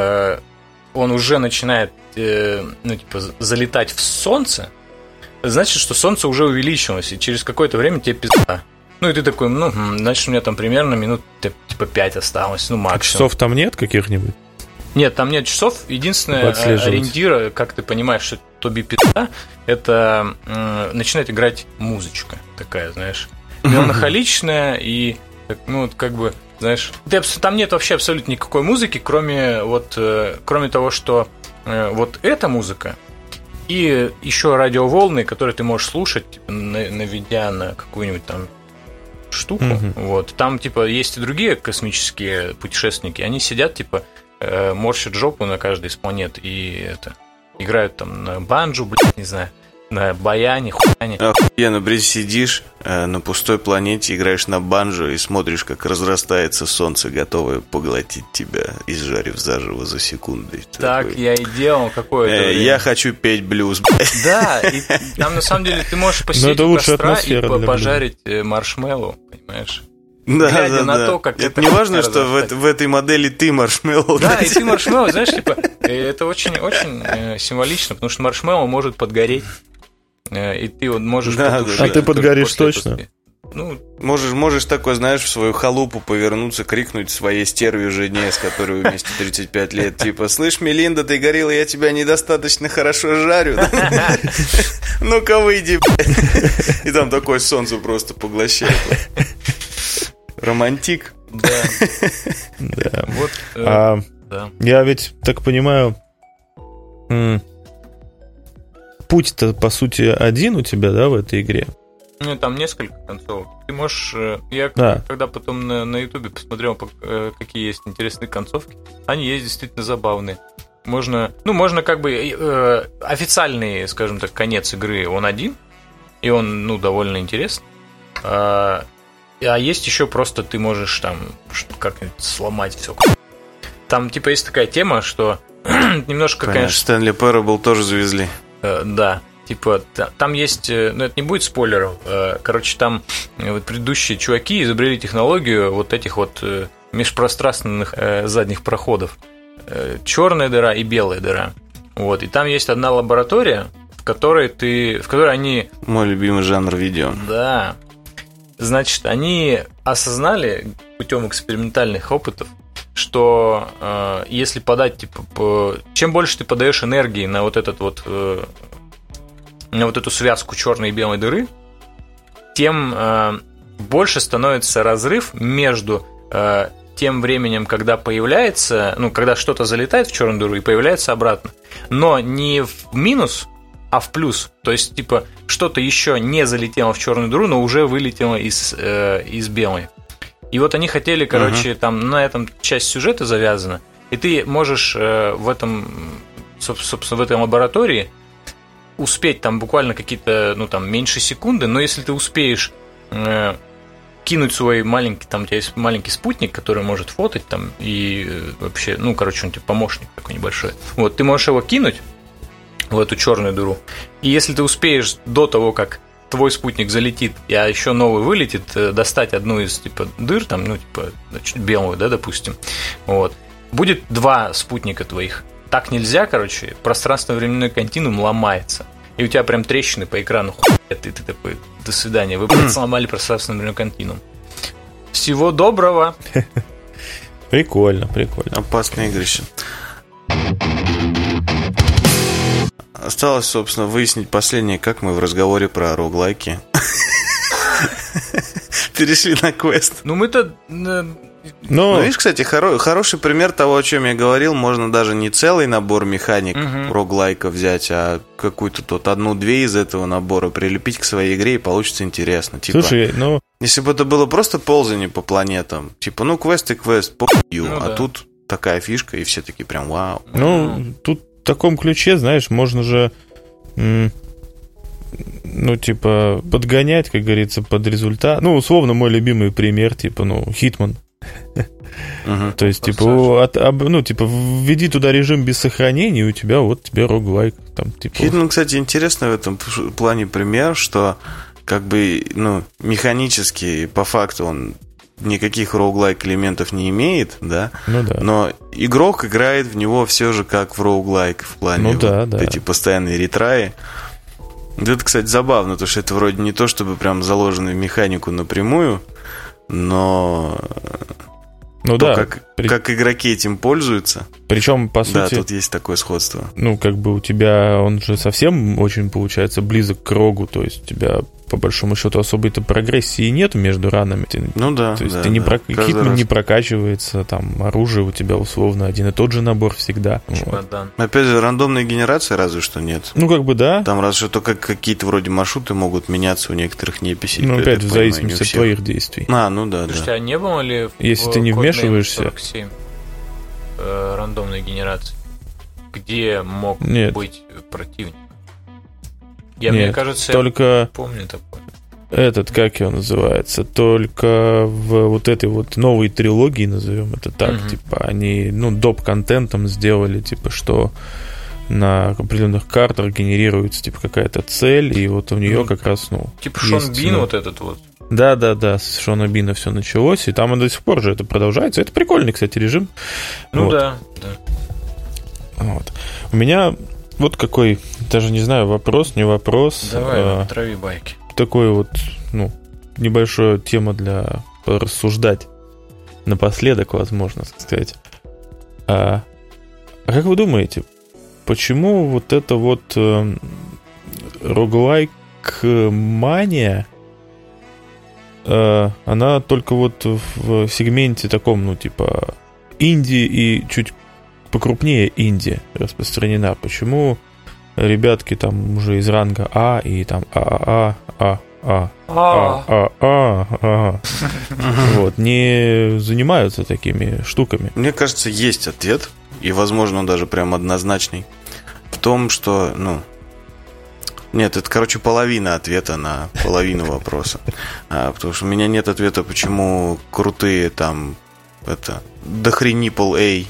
он уже начинает, ну, типа, залетать в Солнце, значит, что Солнце уже увеличилось, и через какое-то время тебе пизда. Ну, и ты такой, ну, значит, у меня там примерно минут, типа, 5 осталось, ну, максимум. А часов там нет каких-нибудь? Нет, там нет часов. Единственное ориентир, как ты понимаешь, что тоби пизда, это начинает играть музычка такая, знаешь, меланхоличная и, ну, как бы, знаешь, там нет вообще абсолютно никакой музыки, кроме того, что вот эта музыка, и еще радиоволны, которые ты можешь слушать, типа, наведя на какую-нибудь там штуку. Вот. Там, типа, есть и другие космические путешественники. Они сидят, типа, морщат жопу на каждой из планет и играют там на банджо, блядь, не знаю, на баяне, хуяне. Охуенно, блядь, сидишь на пустой планете, играешь на банджо и смотришь, как разрастается солнце, готовое поглотить тебя, изжарив заживо за секунды. Так такой, я и делал какое-то время. Я хочу петь блюз, блядь. Да, и там на самом деле ты можешь посидеть у костра и пожарить маршмеллоу, понимаешь? Да, глядя на то, как это не важно, что в этой модели ты маршмеллоу. Да, и ты маршмеллоу, знаешь, типа, это очень-очень символично, потому что маршмеллоу может подгореть, и ты вот можешь потушить. А ты подгоришь точно? Ну, можешь такой, знаешь, в свою халупу повернуться, крикнуть своей стерве жене, с которой вы вместе 35 лет, типа, слышь, Мелинда, ты горилла, я тебя недостаточно хорошо жарю. Ну-ка, выйди. И там такое солнце просто поглощает. Романтик. Да. Да. Вот, да. Я ведь так понимаю, путь-то, по сути, один у тебя, да, в этой игре? Ну, там несколько концовок. Ты можешь... Я когда потом на Ютубе посмотрел, какие есть интересные концовки, они есть действительно забавные. Можно как бы... Официальный, скажем так, конец игры, он один, и он, ну, довольно интересный. А есть еще просто ты можешь там как-нибудь сломать все. Там, типа, есть такая тема, что немножко, конечно... Стэнли Парабл тоже завезли. Да. Типа, там есть... Ну, это не будет спойлеров. Короче, там вот предыдущие чуваки изобрели технологию вот этих вот межпространственных задних проходов. Черная дыра и белая дыра. Вот. И там есть одна лаборатория, в которой они... Мой любимый жанр видео. Да. Значит, они осознали путем экспериментальных опытов, что если подать, типа, чем больше ты подаешь энергии на вот этот вот на вот эту связку черной и белой дыры, тем больше становится разрыв между тем временем, когда появляется, ну, когда что-то залетает в черную дыру и появляется обратно, но не в минус, а в плюс. То есть, типа, что-то еще не залетело в черную дыру, но уже вылетело из белой. И вот они хотели, короче, там на этом часть сюжета завязана, и ты можешь в этой лаборатории успеть там буквально какие-то, ну, там, меньше секунды, но если ты успеешь кинуть свой маленький, там у тебя есть маленький спутник, который может фотать там, и вообще, ну, короче, он тебе помощник такой небольшой. Вот, ты можешь его кинуть в эту черную дыру, и если ты успеешь до того, как твой спутник залетит, а еще новый вылетит, достать одну из, типа, дыр, там, ну, типа, чуть белую, да, допустим, вот, будет 2 спутника твоих. Так нельзя, короче, пространственно-временной континуум ломается. И у тебя прям трещины по экрану. И ты такой, до свидания. Вы сломали пространственно-временной континуум. Всего доброго. Прикольно. Опасное игрище. Осталось, собственно, выяснить последнее, как мы в разговоре про роглайки перешли на квест. Ну, мы-то... Ну, видишь, кстати, хороший пример того, о чем я говорил. Можно даже не целый набор механик роглайка взять, а какую-то тут одну-две из этого набора прилепить к своей игре, и получится интересно. Типа, слушай, ну... Если бы это было просто ползание по планетам, типа, ну, квест и квест, а тут такая фишка, и все такие прям вау. Ну, тут в таком ключе, знаешь, можно же... Ну, типа, подгонять, как говорится, под результат. Ну, условно, мой любимый пример, типа, ну, Hitman. То есть, типа, введи туда режим без сохранения, и у тебя вот тебе роглайк. Hitman, кстати, интересный в этом плане пример, что как бы, ну, механически, по факту, он никаких роуглайк элементов не имеет, да? Ну да. Но игрок играет в него все же как в роуглайк, в плане эти постоянные ретраи. Это, кстати, забавно, потому что это вроде не то, чтобы прям заложено в механику напрямую, но как игроки этим пользуются. Причем, по сути... Да, тут есть такое сходство. Ну, как бы у тебя он же совсем очень, получается, близок к рогу, то есть у тебя, по большому счету, особой-то прогрессии нет между ранами. Ну да. То есть Hitman не прокачивается, там, оружие у тебя условно один и тот же набор всегда. Вот. Опять же, рандомной генерации разве что нет. Ну, как бы да. Там разве что только какие-то вроде маршруты могут меняться у некоторых неписей. Ну, опять в зависимости от твоих действий. Ну да. Слушайте, а не было ли если ты не вмешиваешься... 47 рандомной генерации, где мог быть противник? Мне кажется, только... я помню такое. Этот, как его называется, только в вот этой вот новой трилогии, назовем это так, типа, они, доп-контентом сделали, типа, что на определенных картах генерируется, типа, какая-то цель, и вот у нее как раз, Типа Шон Бин вот этот вот. Да, с Шона Бина все началось, и там и до сих пор же это продолжается. Это прикольный, кстати, режим. Да. Вот. У меня вот какой, даже не знаю, вопрос, не вопрос. Давай, трави байки. Такой вот, небольшая тема для порассуждать напоследок, возможно сказать. А как вы думаете, почему вот эта вот роглайк-мания, она только вот в сегменте таком, типа инди и чуть покрупнее инди распространена? Почему ребятки там уже из ранга А и там вот не занимаются такими штуками? Мне кажется, есть ответ, и, возможно, он даже прям однозначный, в том, что, нет, это, половина ответа на половину вопроса. Потому что у меня нет ответа, почему крутые там дохрени AAA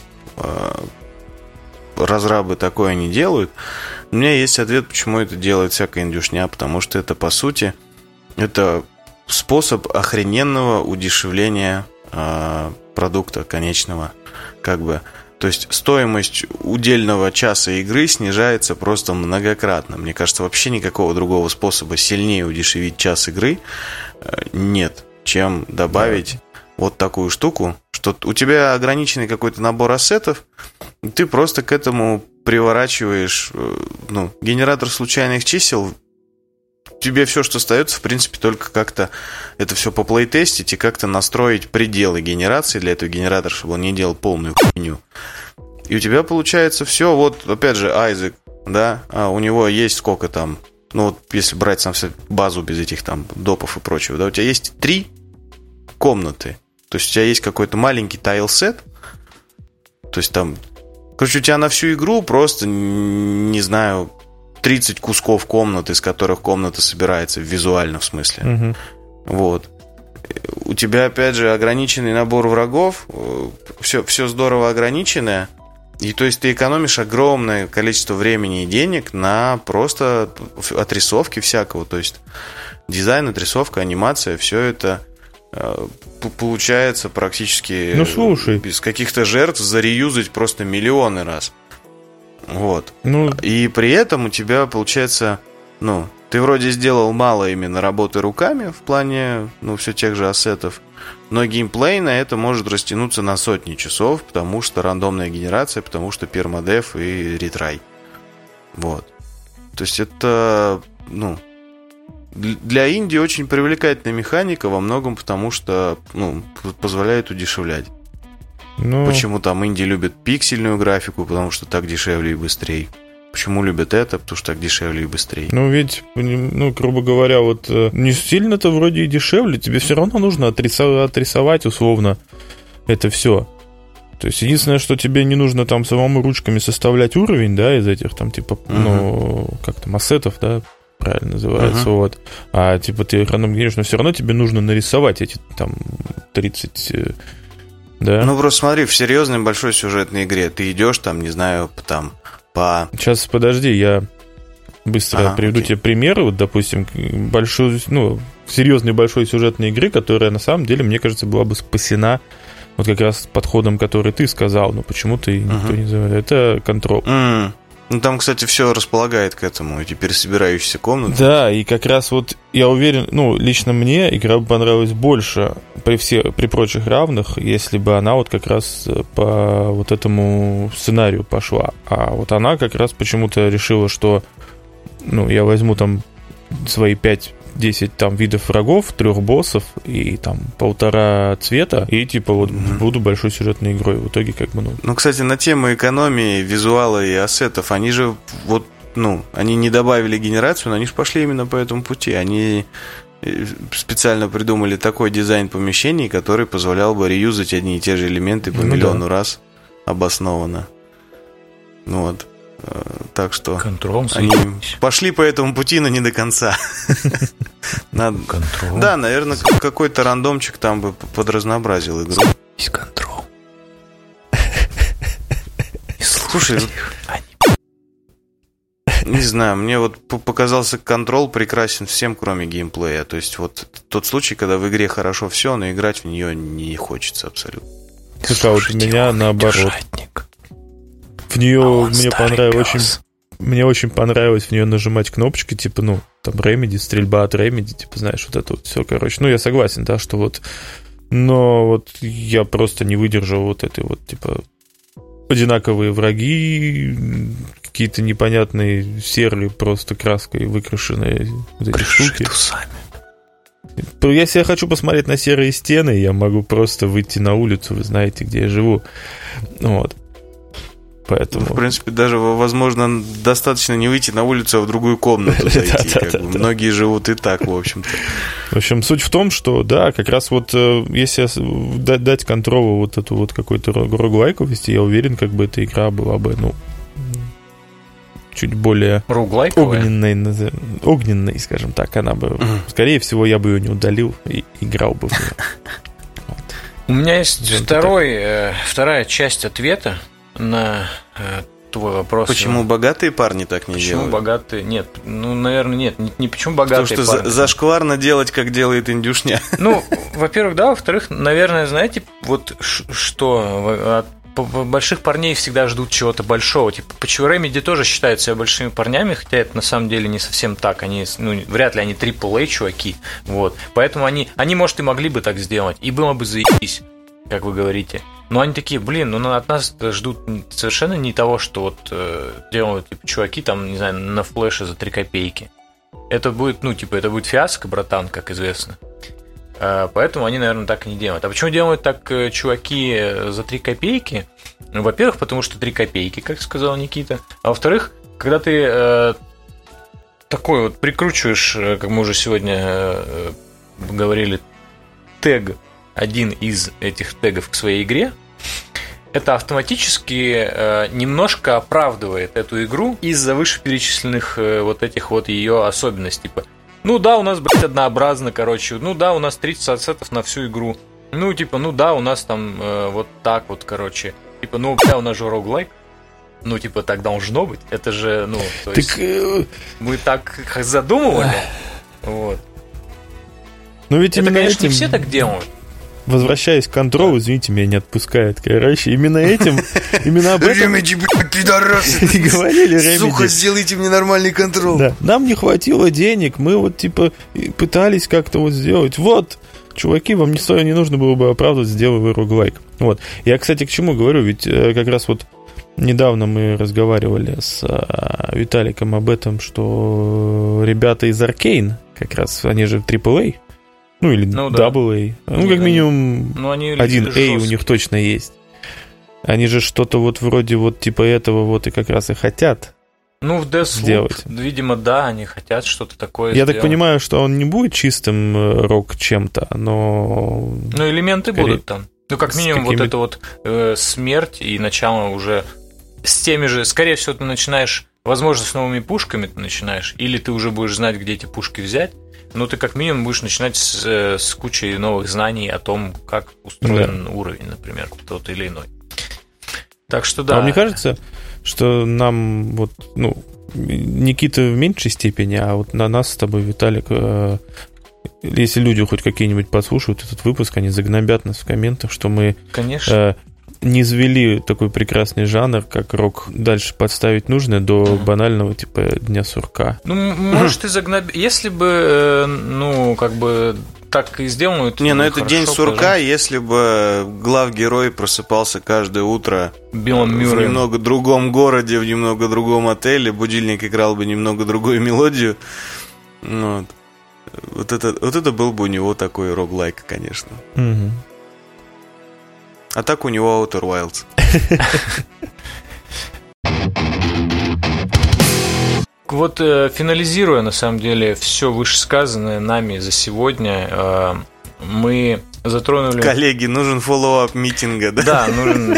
разрабы такое не делают. У меня есть ответ, почему это делает всякая индюшня, потому что это, по сути, это способ охрененного удешевления продукта конечного, как бы. То есть стоимость удельного часа игры снижается просто многократно. Мне кажется, вообще никакого другого способа сильнее удешевить час игры нет, чем добавить вот такую штуку, что у тебя ограниченный какой-то набор ассетов, ты просто к этому приворачиваешь генератор случайных чисел. Тебе все, что остается, в принципе, только как-то это все поплейтестить и как-то настроить пределы генерации для этого генератора, чтобы он не делал полную хуйню. И у тебя получается все, вот, опять же, Айзек, да, у него есть сколько там, если брать сам базу без этих там допов и прочего, да, у тебя есть 3 комнаты. То есть у тебя есть какой-то маленький тайл-сет, то есть там, короче, у тебя на всю игру просто, не знаю, 30 кусков комнат, из которых комната собирается визуально, в смысле. Вот. У тебя, опять же, ограниченный набор врагов, все здорово ограниченное, и то есть ты экономишь огромное количество времени и денег на просто отрисовки всякого, то есть дизайн, отрисовка, анимация, все это получается практически без каких-то жертв зареюзать просто миллионы раз. Вот. И при этом у тебя получается, ты вроде сделал мало именно работы руками в плане, все тех же ассетов, но геймплей на это может растянуться на сотни часов, потому что рандомная генерация, потому что пермадеф и ретрай. Вот. То есть это, для инди очень привлекательная механика во многом, потому что, позволяет удешевлять. Почему там инди любят пиксельную графику, потому что так дешевле и быстрее. Почему любят это? Потому что так дешевле и быстрее. Ведь, грубо говоря, вот не сильно-то вроде и дешевле, тебе все равно нужно отрисовать условно это все. То есть единственное, что тебе не нужно там самому ручками составлять уровень, да, из этих там типа, как там, ассетов, да, правильно называется, вот. А типа ты экраном генеришь, но все равно тебе нужно нарисовать эти там 30... Да? Просто смотри, в серьезной большой сюжетной игре ты идешь там, не знаю, там по... Сейчас, подожди, я быстро приведу тебе примеры. Вот, допустим, серьезной большой сюжетной игры, которая, на самом деле, мне кажется, была бы спасена вот как раз подходом, который ты сказал, но почему-то никто не знает. Это Control. Там, кстати, все располагает к этому, эти пересобирающиеся комнаты. Да, и как раз вот я уверен, лично мне игра бы понравилась больше при прочих равных, если бы она вот как раз по вот этому сценарию пошла. А вот она как раз почему-то решила, что я возьму там свои 5-10 там видов врагов, 3 боссов и там 1,5 цвета, и типа вот буду большой сюжетной игрой. В итоге как бы, кстати, на тему экономии, визуала и ассетов, они же вот, они не добавили генерацию, но они же пошли именно по этому пути. Они специально придумали такой дизайн помещений, который позволял бы реюзать одни и те же элементы по миллиону раз обоснованно. Вот. Так что они пошли по этому пути, но не до конца. Да, наверное, какой-то рандомчик там бы подразнообразил игру. Есть контрол. Слушай, не знаю, мне вот показался контрол прекрасен всем, кроме геймплея. То есть вот тот случай, когда в игре хорошо все, но играть в нее не хочется абсолютно. Слушай, а вот у меня наоборот. В нее мне очень понравилось в нее нажимать кнопочки, типа, там Remedy, стрельба от Remedy, типа, знаешь, вот это вот все, короче. Я согласен, да, что вот... Но вот я просто не выдержал вот этой вот, типа, одинаковые враги, какие-то непонятные серли, просто краской выкрашенные вот эти штуки. Если я хочу посмотреть на серые стены, я могу просто выйти на улицу, вы знаете, где я живу. Вот. Поэтому... В принципе, даже, возможно, достаточно не выйти на улицу, а в другую комнату зайти. Многие живут и так, в общем-то. В общем, суть в том, что, да, как раз вот если дать контролу вот эту вот какой-то роглайковости, я уверен, как бы эта игра была бы, чуть более огненной, скажем так, она бы... Скорее всего, я бы ее не удалил и играл бы в нее. У меня есть вторая часть ответа на твой вопрос. Почему богатые парни так не делают? Почему богатые? Нет, наверное, нет. Не почему богатые парни. Потому что зашкварно делать, как делает индюшня. Во-первых, да. Во-вторых, наверное, знаете, вот что... Больших парней всегда ждут чего-то большого. Типа, почему Remedy тоже считают себя большими парнями, хотя это на самом деле не совсем так. Они, вряд ли они AAA чуваки. Вот. Поэтому они, может, и могли бы так сделать. И было бы заебись, как вы говорите. Но они такие, от нас ждут совершенно не того, что вот делают типа, чуваки там, не знаю, на флеше за 3 копейки. Это будет, это будет фиаско, братан, как известно. Поэтому они, наверное, так и не делают. А почему делают так чуваки за 3 копейки? Во-первых, потому что 3 копейки, как сказал Никита. А во-вторых, когда ты такой вот прикручиваешь, как мы уже сегодня говорили, тег, один из этих тегов к своей игре, это автоматически немножко оправдывает эту игру из-за вышеперечисленных вот этих вот ее особенностей. Типа, у нас, однообразно, короче. У нас 30 ассетов на всю игру. У нас там вот так вот, короче. Типа, у нас же роглайк. Так должно быть. Это же, то есть... Мы так задумывали. Вот. Но ведь это, именно конечно, этим... не все так делают. Возвращаясь к контролу, извините, меня не отпускает. Короче, именно этим, именно об этом... Remedy, пидорасы! Говорили Remedy. Сука, сделайте мне нормальный контрол. Да, нам не хватило денег, мы вот типа пытались как-то вот сделать. Вот, чуваки, вам не нужно было бы оправдывать, сделай вы роглайк. Вот. Я, кстати, к чему говорю, ведь как раз вот Недавно мы разговаривали с Виталиком об этом, что ребята из Arcane, как раз, они же AAA, ну или AA, ну как минимум 1A у них точно есть. Они же что-то вот вроде вот типа этого вот и как раз и хотят. Ну, в Deathloop, видимо, да, они хотят что-то такое сделать. Так понимаю, что он не будет чистым рок чем-то, но... Ну, элементы будут там. Ну, как минимум, вот это вот смерть и начало уже с теми же... Скорее всего, ты начинаешь, возможно, с новыми пушками ты начинаешь, или ты уже будешь знать, где эти пушки взять, но ты как минимум будешь начинать с кучей новых знаний о том, как устроен уровень, например, тот или иной. Так что да. А мне кажется, что нам вот, ну, Никита в меньшей степени, а вот на нас с тобой, Виталик, если люди хоть какие-нибудь послушают этот выпуск, они загнобят нас в комментах, что мы не извели такой прекрасный жанр, как рок, дальше подставить нужно до банального типа Дня сурка. Ну, может, и загнобить. Если бы, ну, как бы так и сделано. Не, ну это День сурка, если бы главгерой просыпался каждое утро Биллом Мюрреем в немного другом городе, в немного другом отеле, будильник играл бы немного другую мелодию. Вот это был бы у него такой роглайк, конечно. Угу. А так у него Outer Wilds. Вот финализируя, на самом деле, все вышесказанное нами за сегодня, мы затронули... Коллеги, нужен фоллоуап митинга, да? Да, нужен...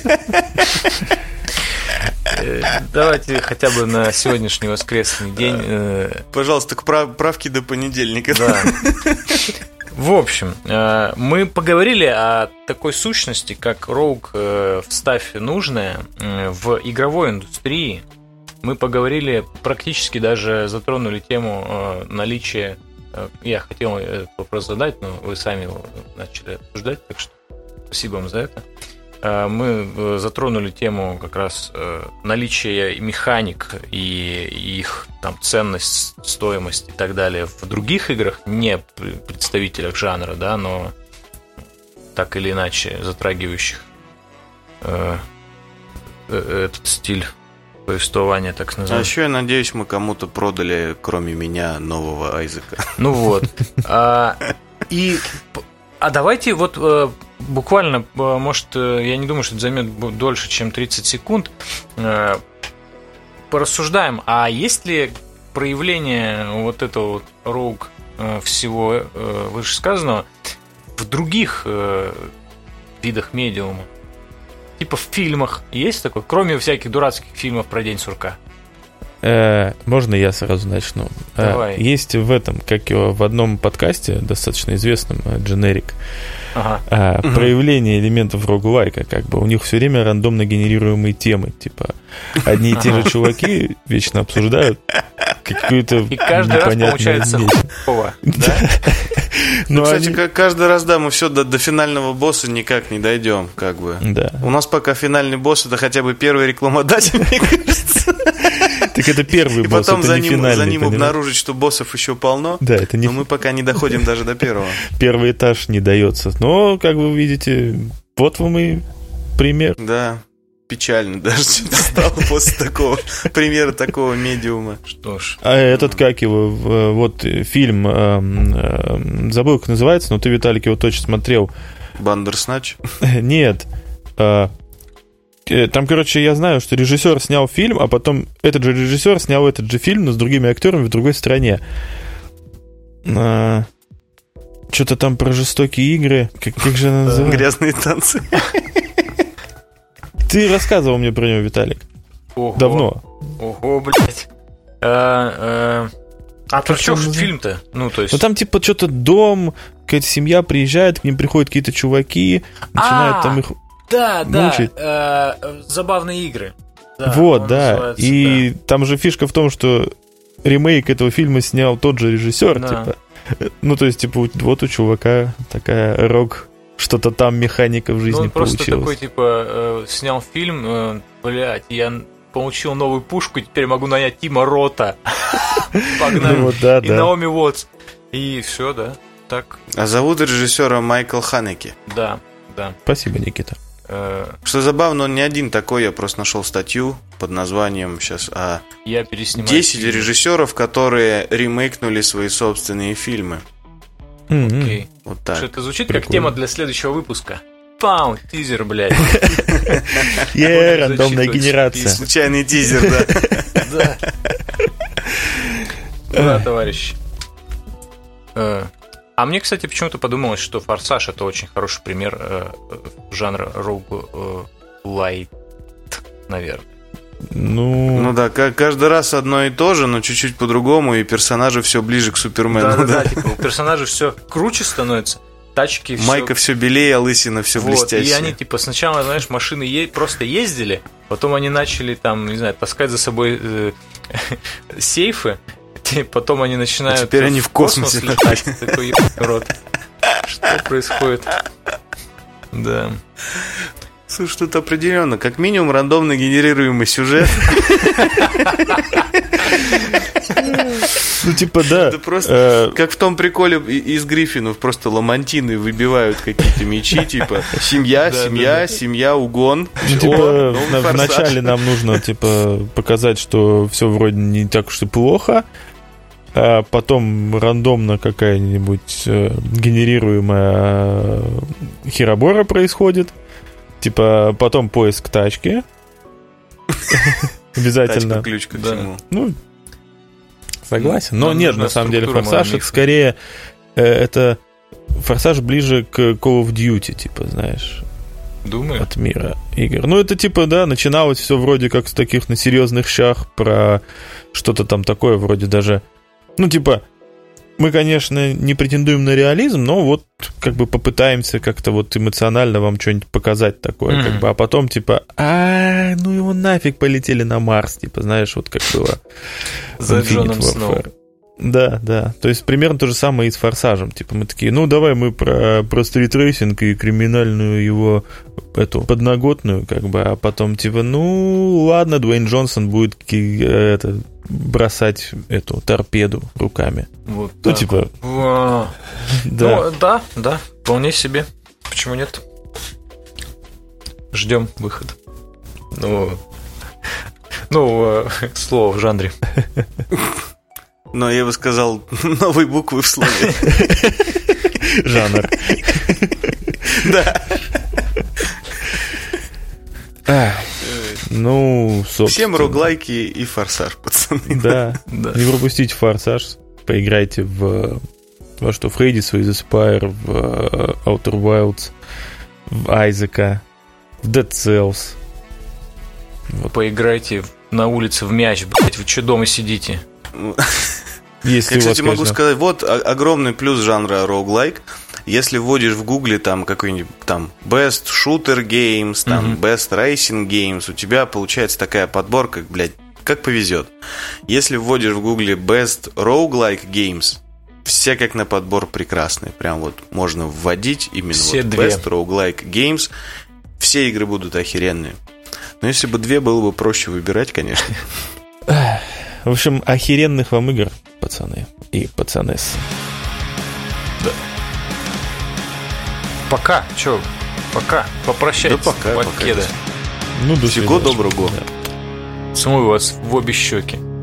Давайте хотя бы на сегодняшний воскресный день... Пожалуйста, правки до понедельника. Да. В общем, мы поговорили о такой сущности, как Rogue «Вставь нужное» в игровой индустрии. Мы поговорили, практически даже затронули тему наличия... Я хотел этот вопрос задать, но вы сами его начали обсуждать, так что спасибо вам за это. Мы затронули тему как раз наличия механик и их там ценность, стоимость и так далее в других играх, не представителях жанра, да, но так или иначе затрагивающих этот стиль повествования, так сказать. А еще, я надеюсь, мы кому-то продали, кроме меня, нового Айзека. Ну вот. А давайте вот буквально, может, я не думаю, что это займет дольше, чем 30 секунд, порассуждаем, а есть ли проявление вот этого вот Rogue всего вышесказанного в других видах медиума? Типа в фильмах есть такое, кроме всяких дурацких фильмов про День сурка? Можно я сразу начну? Давай. Есть в этом, как его в одном подкасте, достаточно известном, Generic, проявление элементов роглайка, как бы у них все время рандомно генерируемые темы, типа одни и те же чуваки вечно обсуждают какую-то и каждый раз получается хуево, да? Ну, кстати, каждый раз, да, мы все до финального босса никак не дойдем, как бы. Да. У нас пока финальный босс — это хотя бы первый рекламодатель, мне кажется. Так это первый босс, это не финальный. И потом за ним понимаешь? Обнаружить, что боссов еще полно. Да, это не... Но мы пока не доходим даже до первого. Первый этаж не дается. Но, как вы видите, вот вам и пример. Да, печально даже что-то стало после такого примера, такого медиума. Что ж. А этот, как его, вот фильм, забыл, как называется, но ты, Виталик, его точно смотрел. Бандерснач? Нет. Там, короче, я знаю, что режиссер снял фильм, а потом этот же режиссер снял этот же фильм, но с другими актерами в другой стране. Что-то там про жестокие игры. Как же она называется? Грязные танцы. Ты рассказывал мне про него, Виталик. Ого. Давно. Ого, блядь. А про что же фильм-то? Ну, то есть... Ну, там типа что-то дом, какая-то семья приезжает, к ним приходят какие-то чуваки, начинают там их... мучить. Да, забавные игры. Да, вот, да. И там же фишка в том, что ремейк этого фильма снял тот же режиссер, типа. Ну, то есть, типа, вот у чувака такая рок, что-то там механика в жизни получилась. Он просто такой, типа, снял фильм, блядь, я получил новую пушку, теперь могу нанять Тима Рота. Погнали. И Наоми Уотс. И все, да. Так. А зовут режиссера Майкл Ханеке. Да, да. Спасибо, Никита. Что забавно, он не один такой. Я просто нашел статью под названием сейчас я переснимаю 10 режиссеров, которые ремейкнули свои собственные фильмы. Окей. Вот так. Что это звучит как тема для следующего выпуска. Пау, тизер, блядь. Рандомная генерация. Случайный тизер, да. Да, товарищ. А мне, кстати, почему-то подумалось, что «Форсаж» — это очень хороший пример жанра роуглайт, наверное. Ну да, каждый раз одно и то же, но чуть-чуть по-другому, и персонажи все ближе к Супермену. Да, типа у персонажей все круче становится, тачки все... Майка все белее, а лысина все блестящая. И они, типа, сначала, знаешь, машины просто ездили, потом они начали, там, не знаю, таскать за собой сейфы, потом они начинают... А теперь они в космосе летать. Такой, рот. Что происходит? Да. Слушай, тут определенно, как минимум, рандомно генерируемый сюжет. Ну, типа, да. Это просто как в том приколе из Гриффинов, просто ламантины выбивают какие-то мечи, типа семья, угон. Типа, вначале нам нужно, типа, показать, что все вроде не так уж и плохо, а потом рандомно какая-нибудь генерируемая херобора происходит. Типа, потом поиск тачки. Обязательно. Тачка ключ ко всему. Ну, согласен. Но нет, на самом деле, «Форсаж» это скорее... Это «Форсаж» ближе к Call of Duty, типа, знаешь. Думаю. От мира игр. Ну, это типа, да, начиналось все вроде как с таких на серьезных щах про что-то там такое, вроде даже... Ну, типа, мы, конечно, не претендуем на реализм, но вот как бы попытаемся как-то вот эмоционально вам что-нибудь показать такое, как бы, а потом типа, ну его нафиг, полетели на Марс, типа, знаешь, вот как было. За Джоном Сноу. Да, да. То есть примерно то же самое и с «Форсажем». Типа мы такие, ну давай мы про стритрейсинг и криминальную его эту подноготную, как бы, а потом типа, ну ладно, Дуэйн Джонсон будет бросать эту торпеду руками. Вот ну, так. Типа. Да. Ну, да, вполне себе. Почему нет? Ждем выхода. Ну, слово в жанре. Но я бы сказал, новые буквы в слове. Жанр. Да. Ну, собственно. Всем роглайки и «Форсаж», пацаны. Да. Не пропустите «Форсаж». Поиграйте во что? В Hades, в The Spire, в Outer Wilds, в Айзека, в Dead Cells. Вот. Поиграйте на улице в мяч, блять, вы что дома сидите? Если я, кстати, могу сказать, вот огромный плюс жанра роуглайк. Если вводишь в гугле там какой-нибудь там Best Shooter Games, там Best Racing Games, у тебя получается такая подборка, блядь, как повезет. Если вводишь в гугле Best Roguelike Games, все как на подбор прекрасные. Прям вот можно вводить именно все вот две. Best Roguelike Games. Все игры будут охеренные. Но если бы две, было бы проще выбирать, конечно. В общем, охеренных вам игр, пацаны и пацанессы. Да. Пока. Че? Пока. Попрощайтесь. Да пока. Покеда. Ну, до всего доброго. Да. Целую вас в обе щеки.